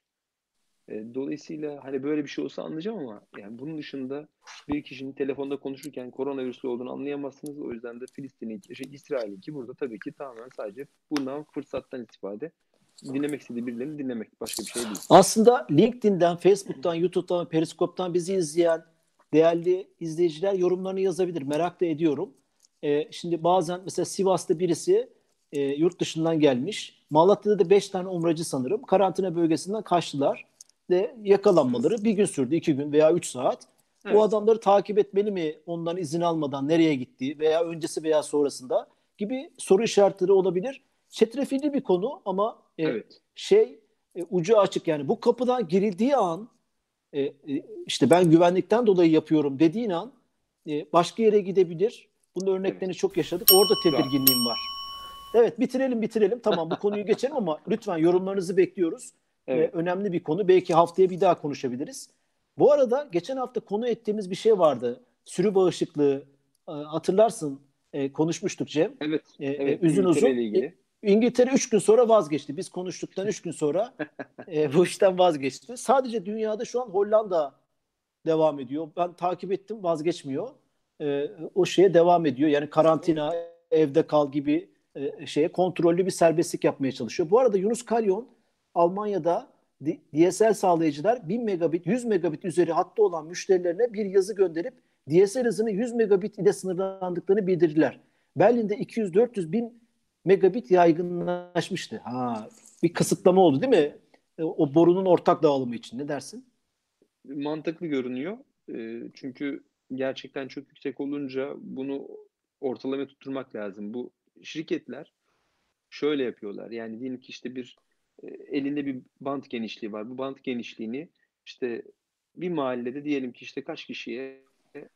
E, Dolayısıyla hani böyle bir şey olsa anlayacağım ama yani bunun dışında bir kişinin telefonda konuşurken koronavirüslü olduğunu anlayamazsınız. O yüzden de Filistin'inki, şey, İsrail'inki burada tabii ki tamamen sadece bundan fırsattan istifade. Dinlemek istediği birilerini dinlemek. Başka bir şey değil. Aslında LinkedIn'den, Facebook'tan, YouTube'dan, Periskop'tan bizi izleyen değerli izleyiciler yorumlarını yazabilir. Merak da ediyorum. Ee, şimdi bazen mesela Sivas'ta birisi e, yurt dışından gelmiş. Malatya'da da beş tane umracı sanırım. Karantina bölgesinden kaçtılar. Ve yakalanmaları bir gün sürdü, iki gün veya üç saat. Bu Evet. adamları takip etmeli mi? Ondan izin almadan nereye gittiği veya öncesi veya sonrasında gibi soru işaretleri olabilir. Çetrefilli bir konu ama e, Evet. şey e, ucu açık, yani bu kapıdan girildiği an e, e, işte ben güvenlikten dolayı yapıyorum dediğin an e, başka yere gidebilir. Bunun örneklerini Evet. çok yaşadık. Orada Rahat. tedirginliğim var. Evet, bitirelim bitirelim. Tamam, bu konuyu geçelim ama lütfen yorumlarınızı bekliyoruz. Ve Evet. önemli bir konu. Belki haftaya bir daha konuşabiliriz. Bu arada geçen hafta konu ettiğimiz bir şey vardı. Sürü bağışıklığı. E, hatırlarsın, e, konuşmuştuk Cem. Evet. E, e, Evet. uzun İngiltere ile uzun. E, ilgili. İngiltere üç gün sonra vazgeçti. Biz konuştuktan üç gün sonra e, bu işten vazgeçti. Sadece dünyada şu an Hollanda devam ediyor. Ben takip ettim, vazgeçmiyor. E, o şeye devam ediyor. Yani karantina, evde kal gibi e, şeye kontrollü bir serbestlik yapmaya çalışıyor. Bu arada Yunus Kalyon Almanya'da D S L sağlayıcılar bin megabit, yüz megabit üzeri hattı olan müşterilerine bir yazı gönderip D S L hızını yüz megabit ile sınırlandıklarını bildirdiler. Berlin'de iki yüz dört yüz bin megabit yaygınlaşmıştı. Ha, bir kısıtlama oldu değil mi? E, O borunun ortak dağılımı için. Ne dersin? Mantıklı görünüyor. E, çünkü gerçekten çok yüksek olunca bunu ortalamaya tutturmak lazım. Bu şirketler şöyle yapıyorlar. Yani diyelim ki işte bir e, elinde bir bant genişliği var. Bu bant genişliğini işte bir mahallede diyelim ki işte kaç kişiye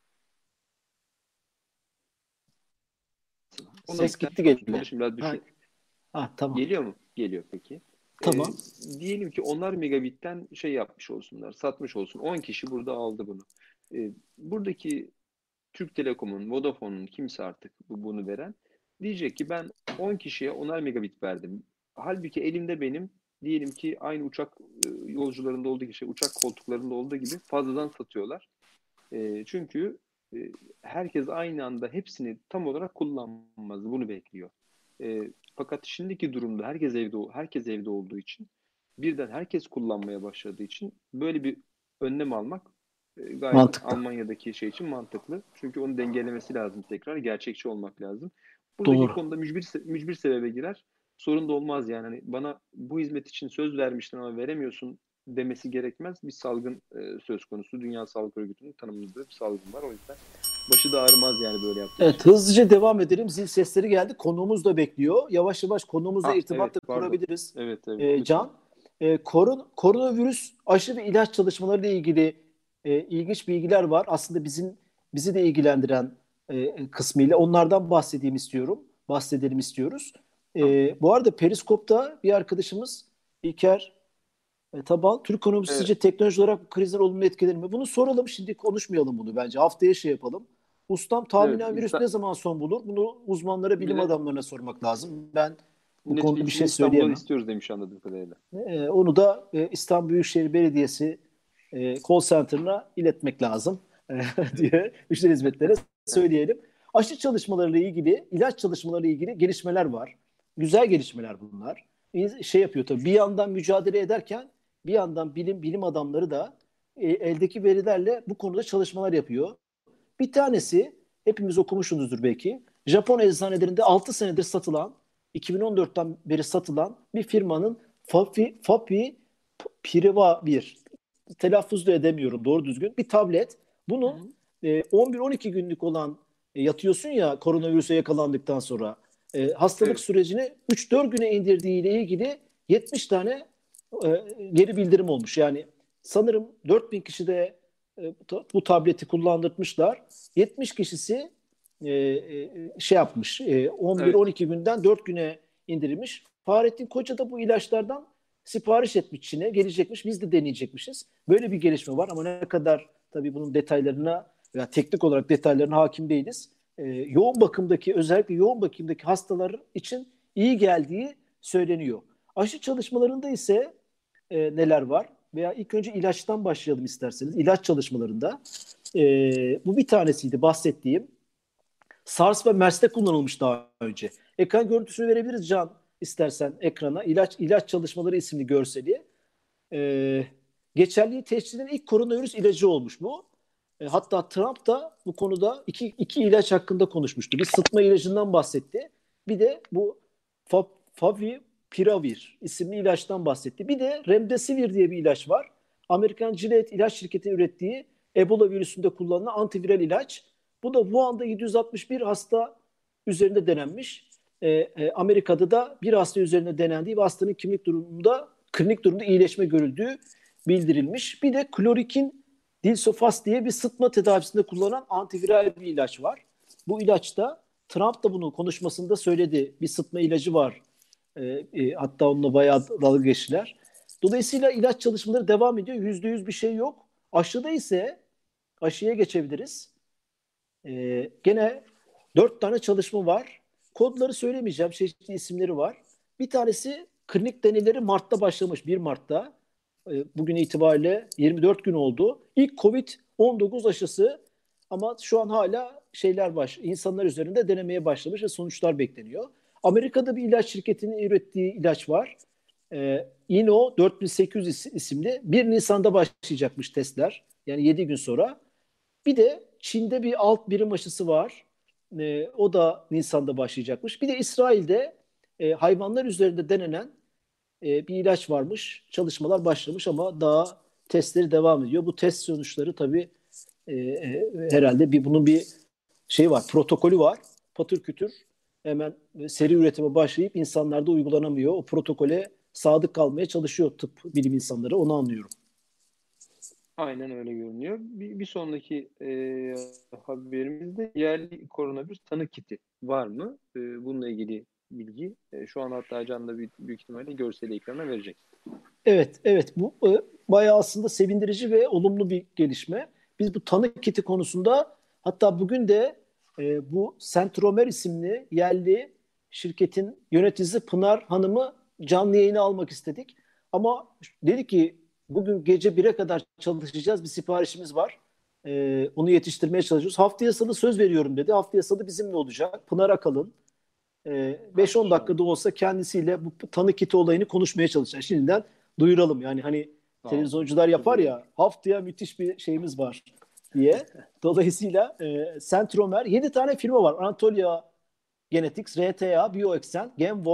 ona Ses miktar gitti var. geliyor. Ulaşım biraz Ha, düşük. ha, tamam. Geliyor mu? Geliyor peki. E, Tamam. diyelim ki onlar megabitten şey yapmış olsunlar, satmış olsun. on kişi burada aldı bunu. E, buradaki Türk Telekom'un, Vodafone'un kimse artık bu, bunu veren diyecek ki ben on kişiye onar megabit verdim. Halbuki elimde benim diyelim ki aynı uçak e, yolcularında olduğu gibi şey, uçak koltuklarında olduğu gibi fazladan satıyorlar. E, çünkü e, herkes aynı anda hepsini tam olarak kullanmaz. Bunu bekliyor. E, fakat şimdiki durumda herkes evde herkes evde olduğu için birden herkes kullanmaya başladığı için böyle bir önlem almak e, gayet Mantıklı. Almanya'daki şey için mantıklı. Çünkü onu dengelemesi lazım tekrar. Gerçekçi olmak lazım. Buradaki Doğru. konuda mücbir, mücbir sebebe girer. sorun da olmaz yani. Hani bana bu hizmet için söz vermiştin ama veremiyorsun demesi gerekmez. Bir salgın e, söz konusu. Dünya Sağlık Örgütü'nün tanımladığı bir salgın var. O yüzden başı da ağrımaz yani böyle yaptığı Evet, için. hızlıca devam edelim. Zil sesleri geldi. Konuğumuz da bekliyor. Yavaş yavaş konuğumuzla Ah irtibat evet da pardon. kurabiliriz. Evet evet Ee, lütfen. Can, e, koron, koronavirüs aşı ve ilaç çalışmaları ile ilgili e, ilginç bilgiler var. Aslında bizim bizi de ilgilendiren e, kısmıyla onlardan bahsedeyim istiyorum. Bahsedelim istiyoruz. E, Tamam. bu arada Periskop'ta bir arkadaşımız İlker e, Taban, Türk ekonomisi Evet, sizce teknoloji olarak bu krizler olumlu etkiler mi? Bunu soralım, şimdi konuşmayalım bunu bence. Haftaya şey yapalım. Ustam, evet. tahminen virüs İsta- ne zaman son bulur? Bunu uzmanlara, bilim bile adamlarına sormak lazım. Ben bu konuda bir Netflix'in şey İstanbul'dan söyleyemem. istiyoruz demiş anladığım kadarıyla. E, onu da e, İstanbul Büyükşehir Belediyesi e, call center'ına iletmek lazım e, diye müşteri hizmetlerine söyleyelim. Aşı çalışmalarıyla ilgili, ilaç çalışmalarıyla ilgili gelişmeler var. Güzel gelişmeler bunlar. İn- Şey yapıyor tabii, bir yandan mücadele ederken bir yandan bilim bilim adamları da e, eldeki verilerle bu konuda çalışmalar yapıyor. Bir tanesi, hepimiz okumuşsunuzdur belki. Japon eczanelerinde altı senedir satılan, iki bin on dörtten beri satılan bir firmanın Fafi, Fapi Pirivavir, telaffuz da edemiyorum doğru düzgün, bir tablet. Hı Bunun hı. e, on bir on iki günlük olan, e, yatıyorsun ya koronavirüse yakalandıktan sonra, e, hastalık Evet, sürecini üç dört güne indirdiği ile ilgili yetmiş tane e, geri bildirim olmuş. Yani sanırım dört bin kişi de e, bu tableti kullandırmışlar. yetmiş kişisi e, e, şey yapmış, e, evet. on bir on iki günden dört güne indirilmiş. Fahrettin Koca da bu ilaçlardan sipariş etmiş Çin'e, gelecekmiş. Biz de deneyecekmişiz. Böyle bir gelişme var ama ne kadar, tabii bunun detaylarına veya teknik olarak detaylarına hakim değiliz. Ee, yoğun bakımdaki, özellikle yoğun bakımdaki hastalar için iyi geldiği söyleniyor. Aşı çalışmalarında ise e, neler var? Veya ilk önce ilaçtan başlayalım isterseniz. İlaç çalışmalarında e, bu bir tanesiydi bahsettiğim. SARS ve MERS'te kullanılmış daha önce. Ekran görüntüsünü verebiliriz Can, istersen ekrana. İlaç ilaç çalışmaları isimli görseli. Ee, geçerliği tescil edilen ilk koronavirüs ilacı olmuş bu. E, hatta Trump da bu konuda iki, iki ilaç hakkında konuşmuştu. Bir sıtma ilacından bahsetti. Bir de bu Fa- Favipiravir isimli ilaçtan bahsetti. Bir de Remdesivir diye bir ilaç var. Amerikan Gilead ilaç şirketinin ürettiği Ebola virüsünde kullanılan antiviral ilaç. Bu da Wuhan'da yedi yüz altmış bir hasta üzerinde denenmiş. E, e, Amerika'da da bir hasta üzerinde denendiği ve hastanın klinik durumunda klinik durumda iyileşme görüldüğü bildirilmiş. Bir de klorikin Dilsofas diye bir sıtma tedavisinde kullanılan antiviral bir ilaç var. Bu ilaçta, Trump da bunu konuşmasında söyledi, bir sıtma ilacı var. E, e, hatta onunla bayağı dalga geçtiler. Dolayısıyla ilaç çalışmaları devam ediyor. Yüzde yüz bir şey yok. Aşıda ise, aşıya geçebiliriz. E, gene dört tane çalışma var. Kodları söylemeyeceğim. Çeşitli isimleri var. Bir tanesi klinik deneyleri Mart'ta başlamış. bir Mart'ta. E, bugün itibariyle yirmi dört gün oldu. İlk covid on dokuz aşısı, ama şu an hala şeyler baş, insanlar üzerinde denemeye başlamış ve sonuçlar bekleniyor. Amerika'da bir ilaç şirketinin ürettiği ilaç var. E, Ino dört bin sekiz yüz isimli. bir Nisan'da başlayacakmış testler. Yani yedi gün sonra. Bir de Çin'de bir alt birim aşısı var. E, o da Nisan'da başlayacakmış. Bir de İsrail'de e, hayvanlar üzerinde denenen e, bir ilaç varmış. Çalışmalar başlamış ama daha testleri devam ediyor. Bu test sonuçları tabii e, e, herhalde bir bunun bir şey var, protokolü var. Patır kütür hemen seri üretime başlayıp insanlarda uygulanamıyor. O protokole sadık kalmaya çalışıyor tıp bilim insanları. Onu anlıyorum. Aynen öyle görünüyor. Bir, bir sonraki e, haberimizde yerli koronavirüs tanı kiti var mı? E, bununla ilgili bilgi. E, şu an hatta Can da büyük, büyük ihtimalle görseli ekrana verecek. Evet, evet. Bu e, bayağı aslında sevindirici ve olumlu bir gelişme. Biz bu tanı kiti konusunda, hatta bugün de e, bu Centromer isimli yerli şirketin yöneticisi Pınar Hanım'ı canlı yayına almak istedik. Ama dedi ki bugün gece bire kadar çalışacağız, bir siparişimiz var. E, onu yetiştirmeye çalışıyoruz. Haftaya Salı söz veriyorum dedi. Haftaya Salı bizimle olacak. Pınar Akalın. E, beş on Maşallah. dakikada olsa kendisiyle bu tanı kiti olayını konuşmaya çalışacağız. Şimdiden duyuralım. Yani hani Sağ olun. televizyoncular Çok yapar iyi. ya, haftaya müthiş bir şeyimiz var diye. Dolayısıyla e, Centromer, yedi tane firma var. Anatolia Genetics, R T A, BioXen, Genworth,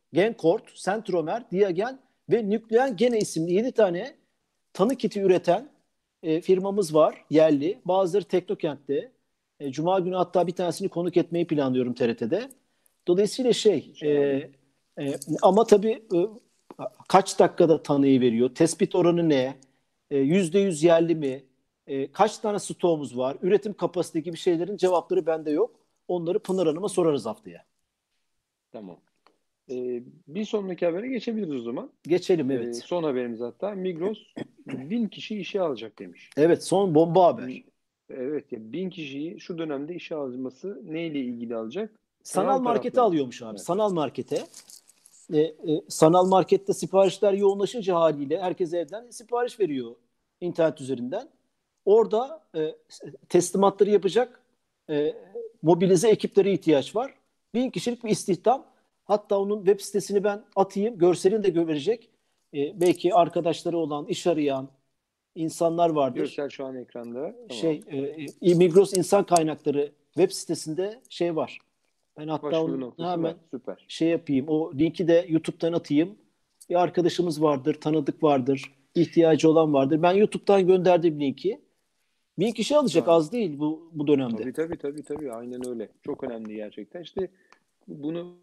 Genkort, sentromer, diagen ve nükleen gene isimli yedi tane tanı kiti üreten e, firmamız var. Yerli. Bazıları Teknokent'te. E, Cuma günü hatta bir tanesini konuk etmeyi planlıyorum T R T'de. Dolayısıyla şey e, e, ama tabii e, kaç dakikada tanıyı veriyor? Tespit oranı ne? E, yüzde yüz yerli mi? E, kaç tane stoğumuz var? Üretim kapasite gibi şeylerin cevapları bende yok. Onları Pınar Hanım'a sorarız haftaya. Tamam. Ee, bir sonraki habere geçebiliriz o zaman. Geçelim Ee, evet. son haberimiz hatta Migros bin kişi işe alacak demiş. Evet son bomba haber. Evet ya bin kişiyi şu dönemde işe alması neyle ilgili alacak? Sanal markete tarafları. alıyormuş abi. Evet. Sanal markete. E, e, sanal markette siparişler yoğunlaşınca haliyle herkes evden sipariş veriyor internet üzerinden. Orada e, teslimatları yapacak e, mobilize ekiplere ihtiyaç var. Bin kişilik bir istihdam. Hatta onun web sitesini ben atayım. Görselini de verecek. E, belki arkadaşları olan, iş arayan insanlar vardır. Görsel şu an ekranda. Tamam. Şey, e, Migros İnsan Kaynakları web sitesinde şey var. Ben hatta Başvuru onu noktası hemen var. Süper. şey yapayım. O linki de YouTube'dan atayım. Bir arkadaşımız vardır, tanıdık vardır, ihtiyacı olan vardır. Ben YouTube'dan gönderdim linki. Bin kişi alacak, Ha. az değil bu bu dönemde. Tabii tabii tabii tabii aynen öyle. Çok önemli gerçekten. İşte bunu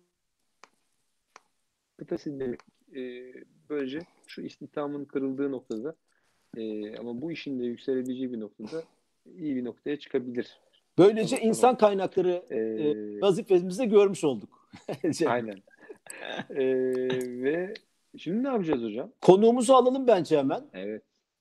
kıtası demek. Ee, böylece şu istihdamın kırıldığı noktada e, ama bu işin de yükselebileceği bir noktada iyi bir noktaya çıkabilir. Böylece Tamam, insan tamam. kaynakları Ee, e, vazifemizi de görmüş olduk. aynen. Ee, ve şimdi ne yapacağız hocam? Konuğumuzu alalım bence hemen. Evet.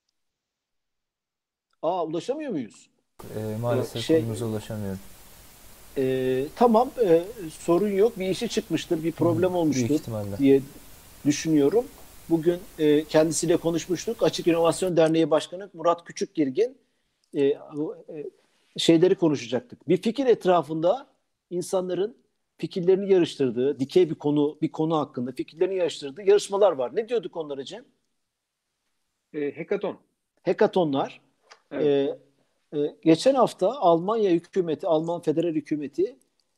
Aa ulaşamıyor muyuz? Ee, maalesef Şey- konumuza ulaşamıyorum. Ee, tamam e, sorun yok. Bir işi çıkmıştır, bir problem Büyük olmuştur ihtimalle. diye düşünüyorum. Bugün e, kendisiyle konuşmuştuk. Açık İnovasyon Derneği Başkanı Murat Küçükgirgin e, bu, e, şeyleri konuşacaktık. Bir fikir etrafında insanların fikirlerini yarıştırdığı, dikey bir konu bir konu hakkında fikirlerini yarıştırdığı yarışmalar var. Ne diyorduk onlara Cem? Ee, Hackathon. Hekatonlar. Evet. E, e, geçen hafta Almanya hükümeti, Alman federal hükümeti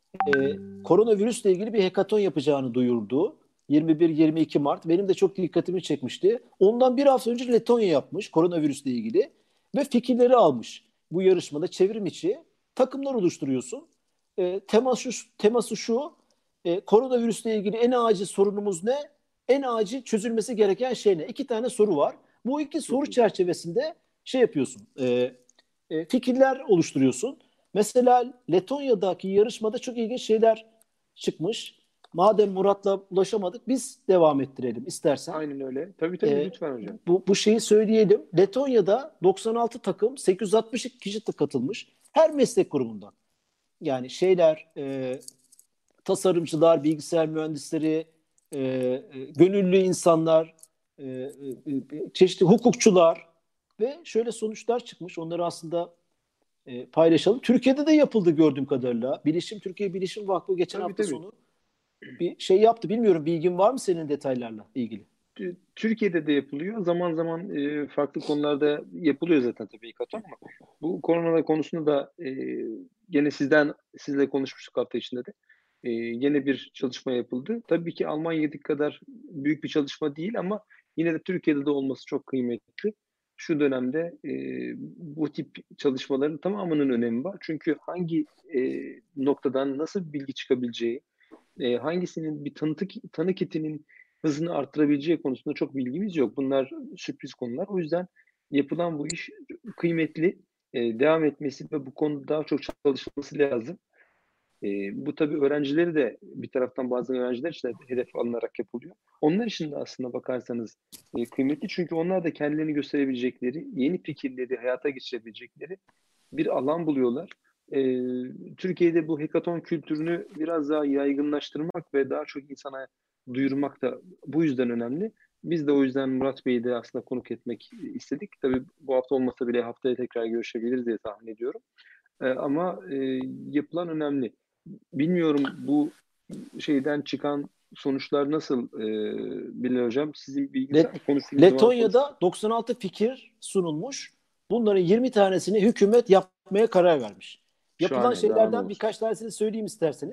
e, koronavirüsle ilgili bir hekaton yapacağını duyurdu. yirmi bir yirmi iki Mart. Benim de çok dikkatimi çekmişti. Ondan bir hafta önce Letonya yapmış koronavirüsle ilgili ve fikirleri almış. Bu yarışmada çevrim içi takımlar oluşturuyorsun. E, teması şu, teması şu e, koronavirüsle ilgili en acil sorunumuz ne? En acil çözülmesi gereken şey ne? İki tane soru var. Bu iki soru iyi. çerçevesinde şey yapıyorsun. E, e, fikirler oluşturuyorsun. Mesela Letonya'daki yarışmada çok ilginç şeyler çıkmış. Madem Murat'la ulaşamadık biz devam ettirelim istersen. Aynen öyle. Tabii tabii Ee, lütfen hocam. Bu, bu şeyi söyleyelim. Letonya'da doksan altı takım sekiz yüz altmış iki kişi katılmış. Her meslek grubundan. Yani şeyler, e, tasarımcılar, bilgisayar mühendisleri, e, e, gönüllü insanlar, e, e, e, çeşitli hukukçular ve şöyle sonuçlar çıkmış. Onları aslında e, paylaşalım. Türkiye'de de yapıldı gördüğüm kadarıyla. Bilişim Türkiye Bilişim Vakfı geçen Tabii, hafta tabii. sonu bir şey yaptı. Bilmiyorum bilgin var mı senin detaylarla ilgili? T- Türkiye'de de yapılıyor. Zaman zaman e, farklı konularda yapılıyor zaten tabii hackathon ama bu korona konusunda da e, gene sizden sizle konuşmuştuk hafta içinde de. E, gene bir çalışma yapıldı. Tabii ki Almanya'daki kadar büyük bir çalışma değil ama yine de Türkiye'de de olması çok kıymetli. Şu dönemde e, bu tip çalışmaların tamamının önemi var. Çünkü hangi e, noktadan nasıl bir bilgi çıkabileceği, e, hangisinin bir tanı, tanı kitinin hızını arttırabileceği konusunda çok bilgimiz yok. Bunlar sürpriz konular. O yüzden yapılan bu iş kıymetli. E, devam etmesi ve bu konuda daha çok çalışılması lazım. E, bu tabii öğrencileri de bir taraftan bazen öğrenciler için de hedef alınarak yapılıyor. Onlar için de aslında bakarsanız e, kıymetli çünkü onlar da kendilerini gösterebilecekleri, yeni fikirleri hayata geçirebilecekleri bir alan buluyorlar. Ee, Türkiye'de bu hackathon kültürünü biraz daha yaygınlaştırmak ve daha çok insana duyurmak da bu yüzden önemli. Biz de o yüzden Murat Bey'i de aslında konuk etmek istedik. Tabii bu hafta olmasa bile haftaya tekrar görüşebiliriz diye tahmin ediyorum. Ee, ama e, yapılan önemli. Bilmiyorum bu şeyden çıkan sonuçlar nasıl e, Bilal Hocam? Sizin bilginiz Let- var mı? Konuştuğunuz zaman konuş- Letonya'da doksan altı fikir sunulmuş. Bunların yirmi tanesini hükümet yapmaya karar vermiş. Yapılan Şahane, daha ne şeylerden olsun. birkaç tanesini söyleyeyim isterseniz.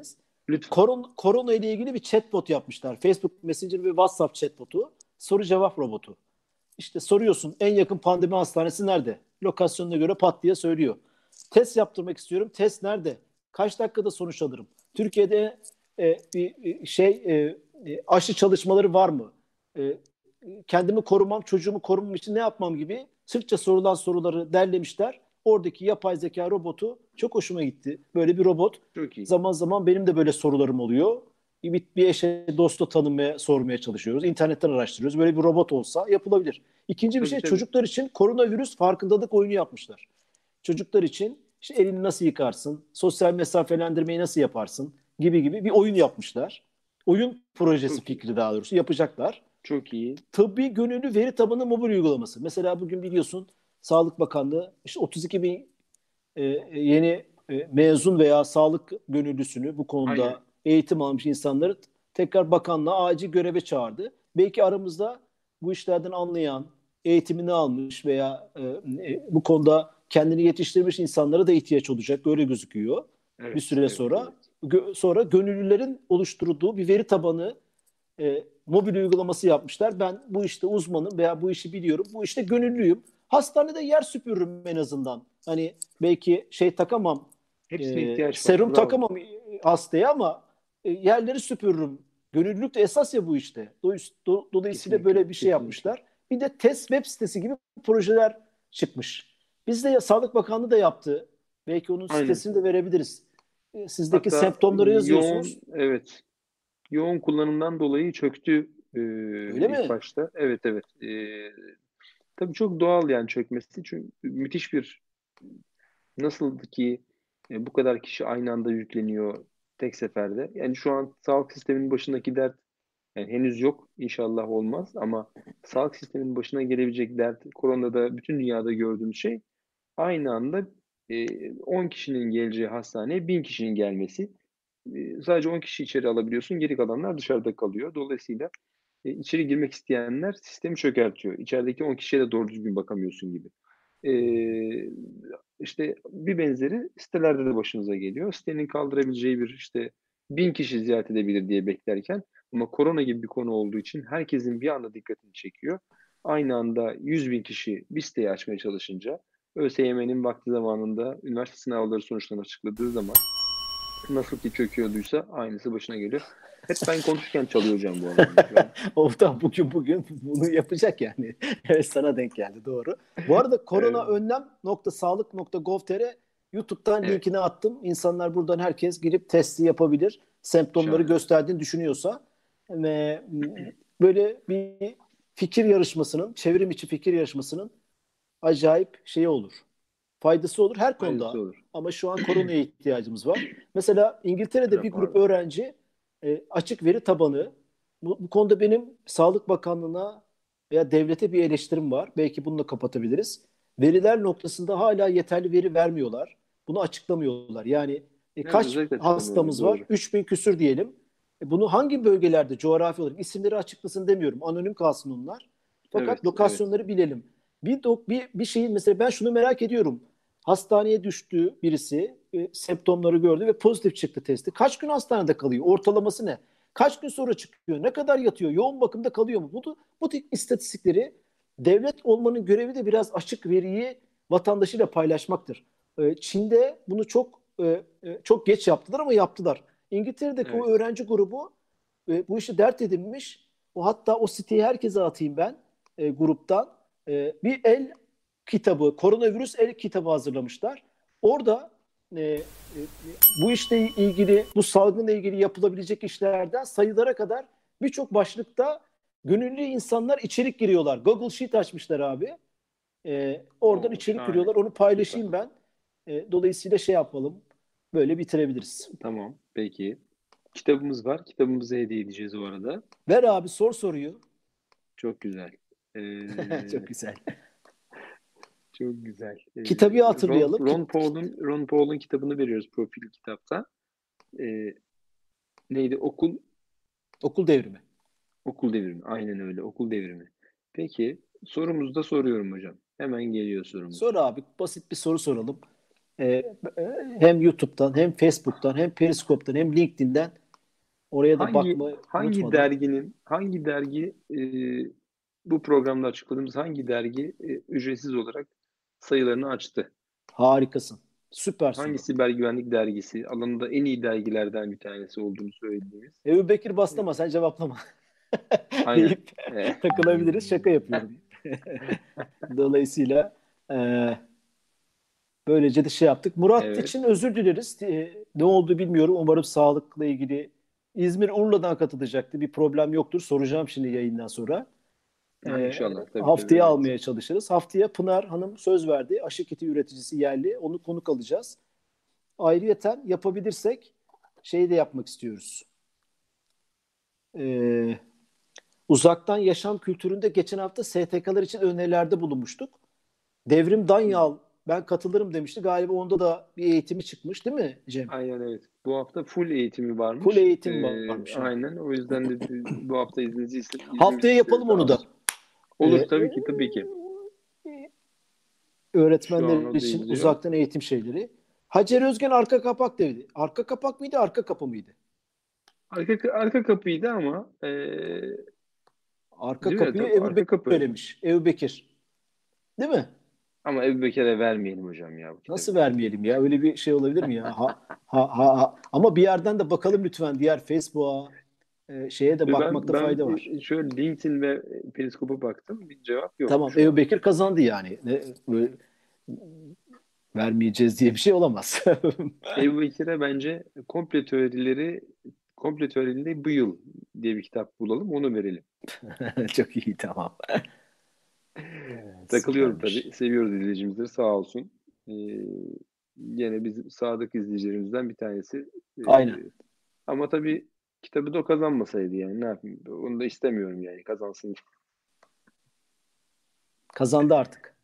Lütfen. Koron, korona ile ilgili bir chatbot yapmışlar. Facebook Messenger ve WhatsApp chatbotu. Soru cevap robotu. İşte soruyorsun en yakın pandemi hastanesi nerede? Lokasyonuna göre pat diye söylüyor. Test yaptırmak istiyorum. Test nerede? Kaç dakikada sonuç alırım? Türkiye'de e, bir şey e, e, aşı çalışmaları var mı? E, kendimi korumam, çocuğumu korumam için ne yapmam gibi sırtça sorulan soruları derlemişler. Oradaki yapay zeka robotu çok hoşuma gitti. Böyle bir robot. Çok iyi. Zaman zaman benim de böyle sorularım oluyor. Bir, bir eşe, dostu tanımaya, sormaya çalışıyoruz. İnternetten araştırıyoruz. Böyle bir robot olsa yapılabilir. İkinci bir Tabii, şey tabii. çocuklar için koronavirüs farkındalık oyunu yapmışlar. Çocuklar için işte elini nasıl yıkarsın, sosyal mesafelendirmeyi nasıl yaparsın gibi gibi bir oyun yapmışlar. Oyun projesi Çok iyi. fikri daha doğrusu yapacaklar. Çok iyi. Tıbbi gönüllü veri tabanı mobil uygulaması. Mesela bugün biliyorsun Sağlık Bakanlığı işte otuz iki bin e, yeni e, mezun veya sağlık gönüllüsünü bu konuda Aynen. eğitim almış insanları tekrar bakanlığa acil göreve çağırdı. Belki aramızda bu işlerden anlayan, eğitimini almış veya e, e, bu konuda kendini yetiştirmiş insanlara da ihtiyaç olacak. Böyle gözüküyor. Bir Evet, süre evet, sonra evet. gö- sonra gönüllülerin oluşturduğu bir veri tabanı e, mobil uygulaması yapmışlar. Ben bu işte uzmanım veya bu işi biliyorum. Bu işte gönüllüyüm. Hastanede yer süpürürüm en azından. Hani belki şey takamam, Hepsine e, ihtiyaç var. serum Bravo. takamam e, hastaya ama e, yerleri süpürürüm. Gönüllülük de esas ya bu işte. Dolayıs- do- Dolayısıyla Kesinlikle. böyle bir şey Kesinlikle. yapmışlar. Bir de test web sitesi gibi projeler çıkmış. Bizde ya Sağlık Bakanlığı da yaptı. Belki onun Aynen. sitesini de verebiliriz. E, Sizdeki Hatta semptomları yoğun, yazıyorsunuz. evet, yoğun kullanımdan dolayı çöktü e, Öyle ilk mi? başta. Evet, evet. E, tabii çok doğal yani çökmesi. Çünkü müthiş bir, nasıldı ki e, bu kadar kişi aynı anda yükleniyor tek seferde. Yani şu an sağlık sisteminin başındaki dert yani henüz yok. İnşallah olmaz ama sağlık sisteminin başına gelebilecek dert, koronada bütün dünyada gördüğümüz şey aynı anda e, on kişinin geleceği hastaneye bin kişinin gelmesi. E, sadece on kişi içeri alabiliyorsun, geri kalanlar dışarıda kalıyor. Dolayısıyla e, içeri girmek isteyenler sistemi çökertiyor. İçerideki on kişiye de doğru düzgün bakamıyorsun gibi. E, işte bir benzeri sitelerde de başınıza geliyor. Sitenin kaldırabileceği bir işte bin kişi ziyaret edebilir diye beklerken ama korona gibi bir konu olduğu için herkesin bir anda dikkatini çekiyor. Aynı anda yüz bin kişi bir siteyi açmaya çalışınca ÖSYM'nin vakti zamanında üniversite sınavları sonuçlarını açıkladığı zaman nasıl ki çöküyorduysa aynısı başına geliyor. Hep ben konuşurken çalıyor hocam bu arada. O da bugün bugün bunu yapacak yani. Evet, sana denk geldi, doğru. Bu arada korona Evet, önlem nokta sağlık nokta gov nokta tr YouTube'dan evet, linkini attım. İnsanlar buradan herkes girip testi yapabilir. Semptomları şahane. gösterdiğini düşünüyorsa ve böyle bir fikir yarışmasının, çevrim içi fikir yarışmasının acayip şeyi olur. Faydası olur her Faydası konuda. olur. Ama şu an koronaya ihtiyacımız var. Mesela İngiltere'de bir grup Pardon. öğrenci e, açık veri tabanı. Bu, bu konuda benim Sağlık Bakanlığı'na veya devlete bir eleştirim var. Belki bununla kapatabiliriz. Veriler noktasında hala yeterli veri vermiyorlar. Bunu açıklamıyorlar. Yani e, Evet, kaç özellikle açıklamıyorlar. hastamız var? Doğru. üç bin küsür diyelim. E, bunu hangi bölgelerde coğrafi olarak isimleri açıklasın demiyorum. Anonim kalsın onlar. Fakat Evet, evet. lokasyonları bilelim. Bir, dok, bir, bir şeyin mesela ben şunu merak ediyorum. Hastaneye düştü birisi, e, semptomları gördü ve pozitif çıktı testi. Kaç gün hastanede kalıyor? Ortalaması ne? Kaç gün sonra çıkıyor? Ne kadar yatıyor? Yoğun bakımda kalıyor mu? Bu, bu tip istatistikleri devlet olmanın görevi de biraz açık veriyi vatandaşıyla paylaşmaktır. E, Çin'de bunu çok e, e, çok geç yaptılar ama yaptılar. İngiltere'deki o Evet. öğrenci grubu e, bu işi dert edinmiş. O hatta o siteyi herkese atayım ben e, gruptan. E, bir el kitabı, koronavirüs el kitabı hazırlamışlar. Orada e, e, bu işle ilgili, bu salgınla ilgili yapılabilecek işlerden sayılara kadar birçok başlıkta gönüllü insanlar içerik giriyorlar. Google Sheet açmışlar abi. E, oradan Oo, içerik şahane. giriyorlar. Onu Süper. paylaşayım ben. E, dolayısıyla şey yapalım. Böyle bitirebiliriz. Tamam. Peki. Kitabımız var. Kitabımızı hediye edeceğiz o arada. Ver abi, sor soruyu. Çok güzel. Ee, Çok güzel. çok güzel. Ee, Kitabı Ron, hatırlayalım. Kit, Ron Paul'un Ron Paul'un kitabını veriyoruz profil kitapta. Ee, neydi? Okul okul devrimi. Okul devrimi. Aynen öyle. Okul devrimi. Peki sorumuzu da soruyorum hocam. Hemen geliyor sorumuz. Sor abi. Basit bir soru soralım. e, hem YouTube'dan hem Facebook'tan hem Periskop'tan hem LinkedIn'den oraya da Hangi bakmayı hangi unutmadan. derginin hangi dergi e, bu programda açıkladığımız hangi dergi e, ücretsiz olarak sayılarını açtı? Harikasın. Süpersin. Hangi siber güvenlik dergisi alanında en iyi dergilerden bir tanesi olduğunu söylediğimiz? Ebu Bekir Bastama sen cevaplama Aynen. deyip takılabiliriz. Şaka yapıyorum. Dolayısıyla e, böylece de şey yaptık. Murat Evet. için özür dileriz. E, ne oldu bilmiyorum. Umarım sağlıkla ilgili İzmir Urla'dan katılacaktı. Bir problem yoktur. Soracağım şimdi yayından sonra. Ha, E, inşallah. Tabii, haftaya tabii, evet. almaya çalışırız. Haftaya Pınar Hanım söz verdi. Aşı kiti üreticisi yerli. Onu konuk alacağız. Ayrıyeten yapabilirsek şeyi de yapmak istiyoruz. Ee, uzaktan yaşam kültüründe geçen hafta S T K'lar için önerilerde bulunmuştuk. Devrim Danyal ben katılırım demişti. Galiba onda da bir eğitimi çıkmış değil mi Cem? Aynen evet. Bu hafta full eğitimi varmış. Full eğitim Ee, varmış. aynen. O yüzden de bu hafta izninizi istedim. Haftaya yapalım onu da. Olur Ee, tabii ki tabii ki. Şu an Öğretmenler o da için izliyor. uzaktan eğitim şeyleri. Hacer Özgen arka kapak dedi. Arka kapak mıydı, arka kapı mıydı? Arka arka kapıydı ama e, Arka değil mi? kapıyı Tabii, Ebu arka Bekir kapı. söylemiş. Ebu Bekir. Değil mi? Ama Ebu Bekir'e vermeyelim hocam ya. Bu kitabı. Nasıl vermeyelim ya? Öyle bir şey olabilir mi ya? Ha, ha, ha, ha. Ama bir yerden de bakalım lütfen diğer Facebook'a e, şeye de Ve bakmakta ben, fayda ben var. şöyle LinkedIn ve Periskop'a baktım. Bir cevap yok. Tamam, şu Ebu an. Bekir kazandı yani. Ne, böyle vermeyeceğiz diye bir şey olamaz. Ebu Bekir'e bence komple teorileri komple teorileri bu yıl diye bir kitap bulalım. Onu verelim. Çok iyi, tamam. Takılıyorum Süpermiş. tabii. Seviyoruz izleyicimizleri sağ olsun. Ee, yine bizim sadık izleyicilerimizden bir tanesi. Ee, Aynen. ama tabii kitabı da o kazanmasaydı yani ne yapayım? Onu da istemiyorum yani kazansın. Kazandı artık.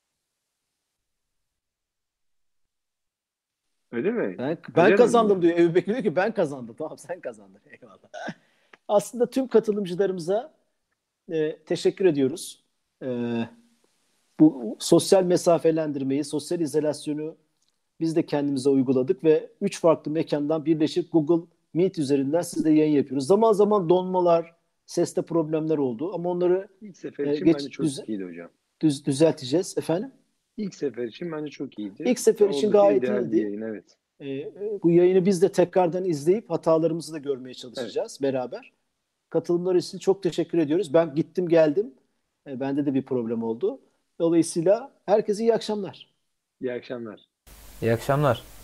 Öyle mi? Ben, Hacer ben Hanım kazandım mı? diyor. Ebu Bekir diyor ki ben kazandım. Tamam, sen kazandın. Eyvallah. Aslında tüm katılımcılarımıza e, teşekkür ediyoruz. E, bu sosyal mesafelendirmeyi, sosyal izolasyonu biz de kendimize uyguladık ve üç farklı mekandan birleşip Google Meet üzerinden sizle yayın yapıyoruz. Zaman zaman donmalar, seste problemler oldu ama onları İlk sefer e, için geç bence çok düz, iyiydi hocam. düz düzelteceğiz efendim. İlk sefer için bence çok iyiydi. İlk sefer için Oldukça gayet ideal bir iyiydi. yayın, evet. E, bu yayını biz de tekrardan izleyip hatalarımızı da görmeye çalışacağız evet. beraber. Katılımlar için çok teşekkür ediyoruz. Ben gittim geldim. E, bende de bir problem oldu. Dolayısıyla herkese iyi akşamlar. İyi akşamlar. İyi akşamlar.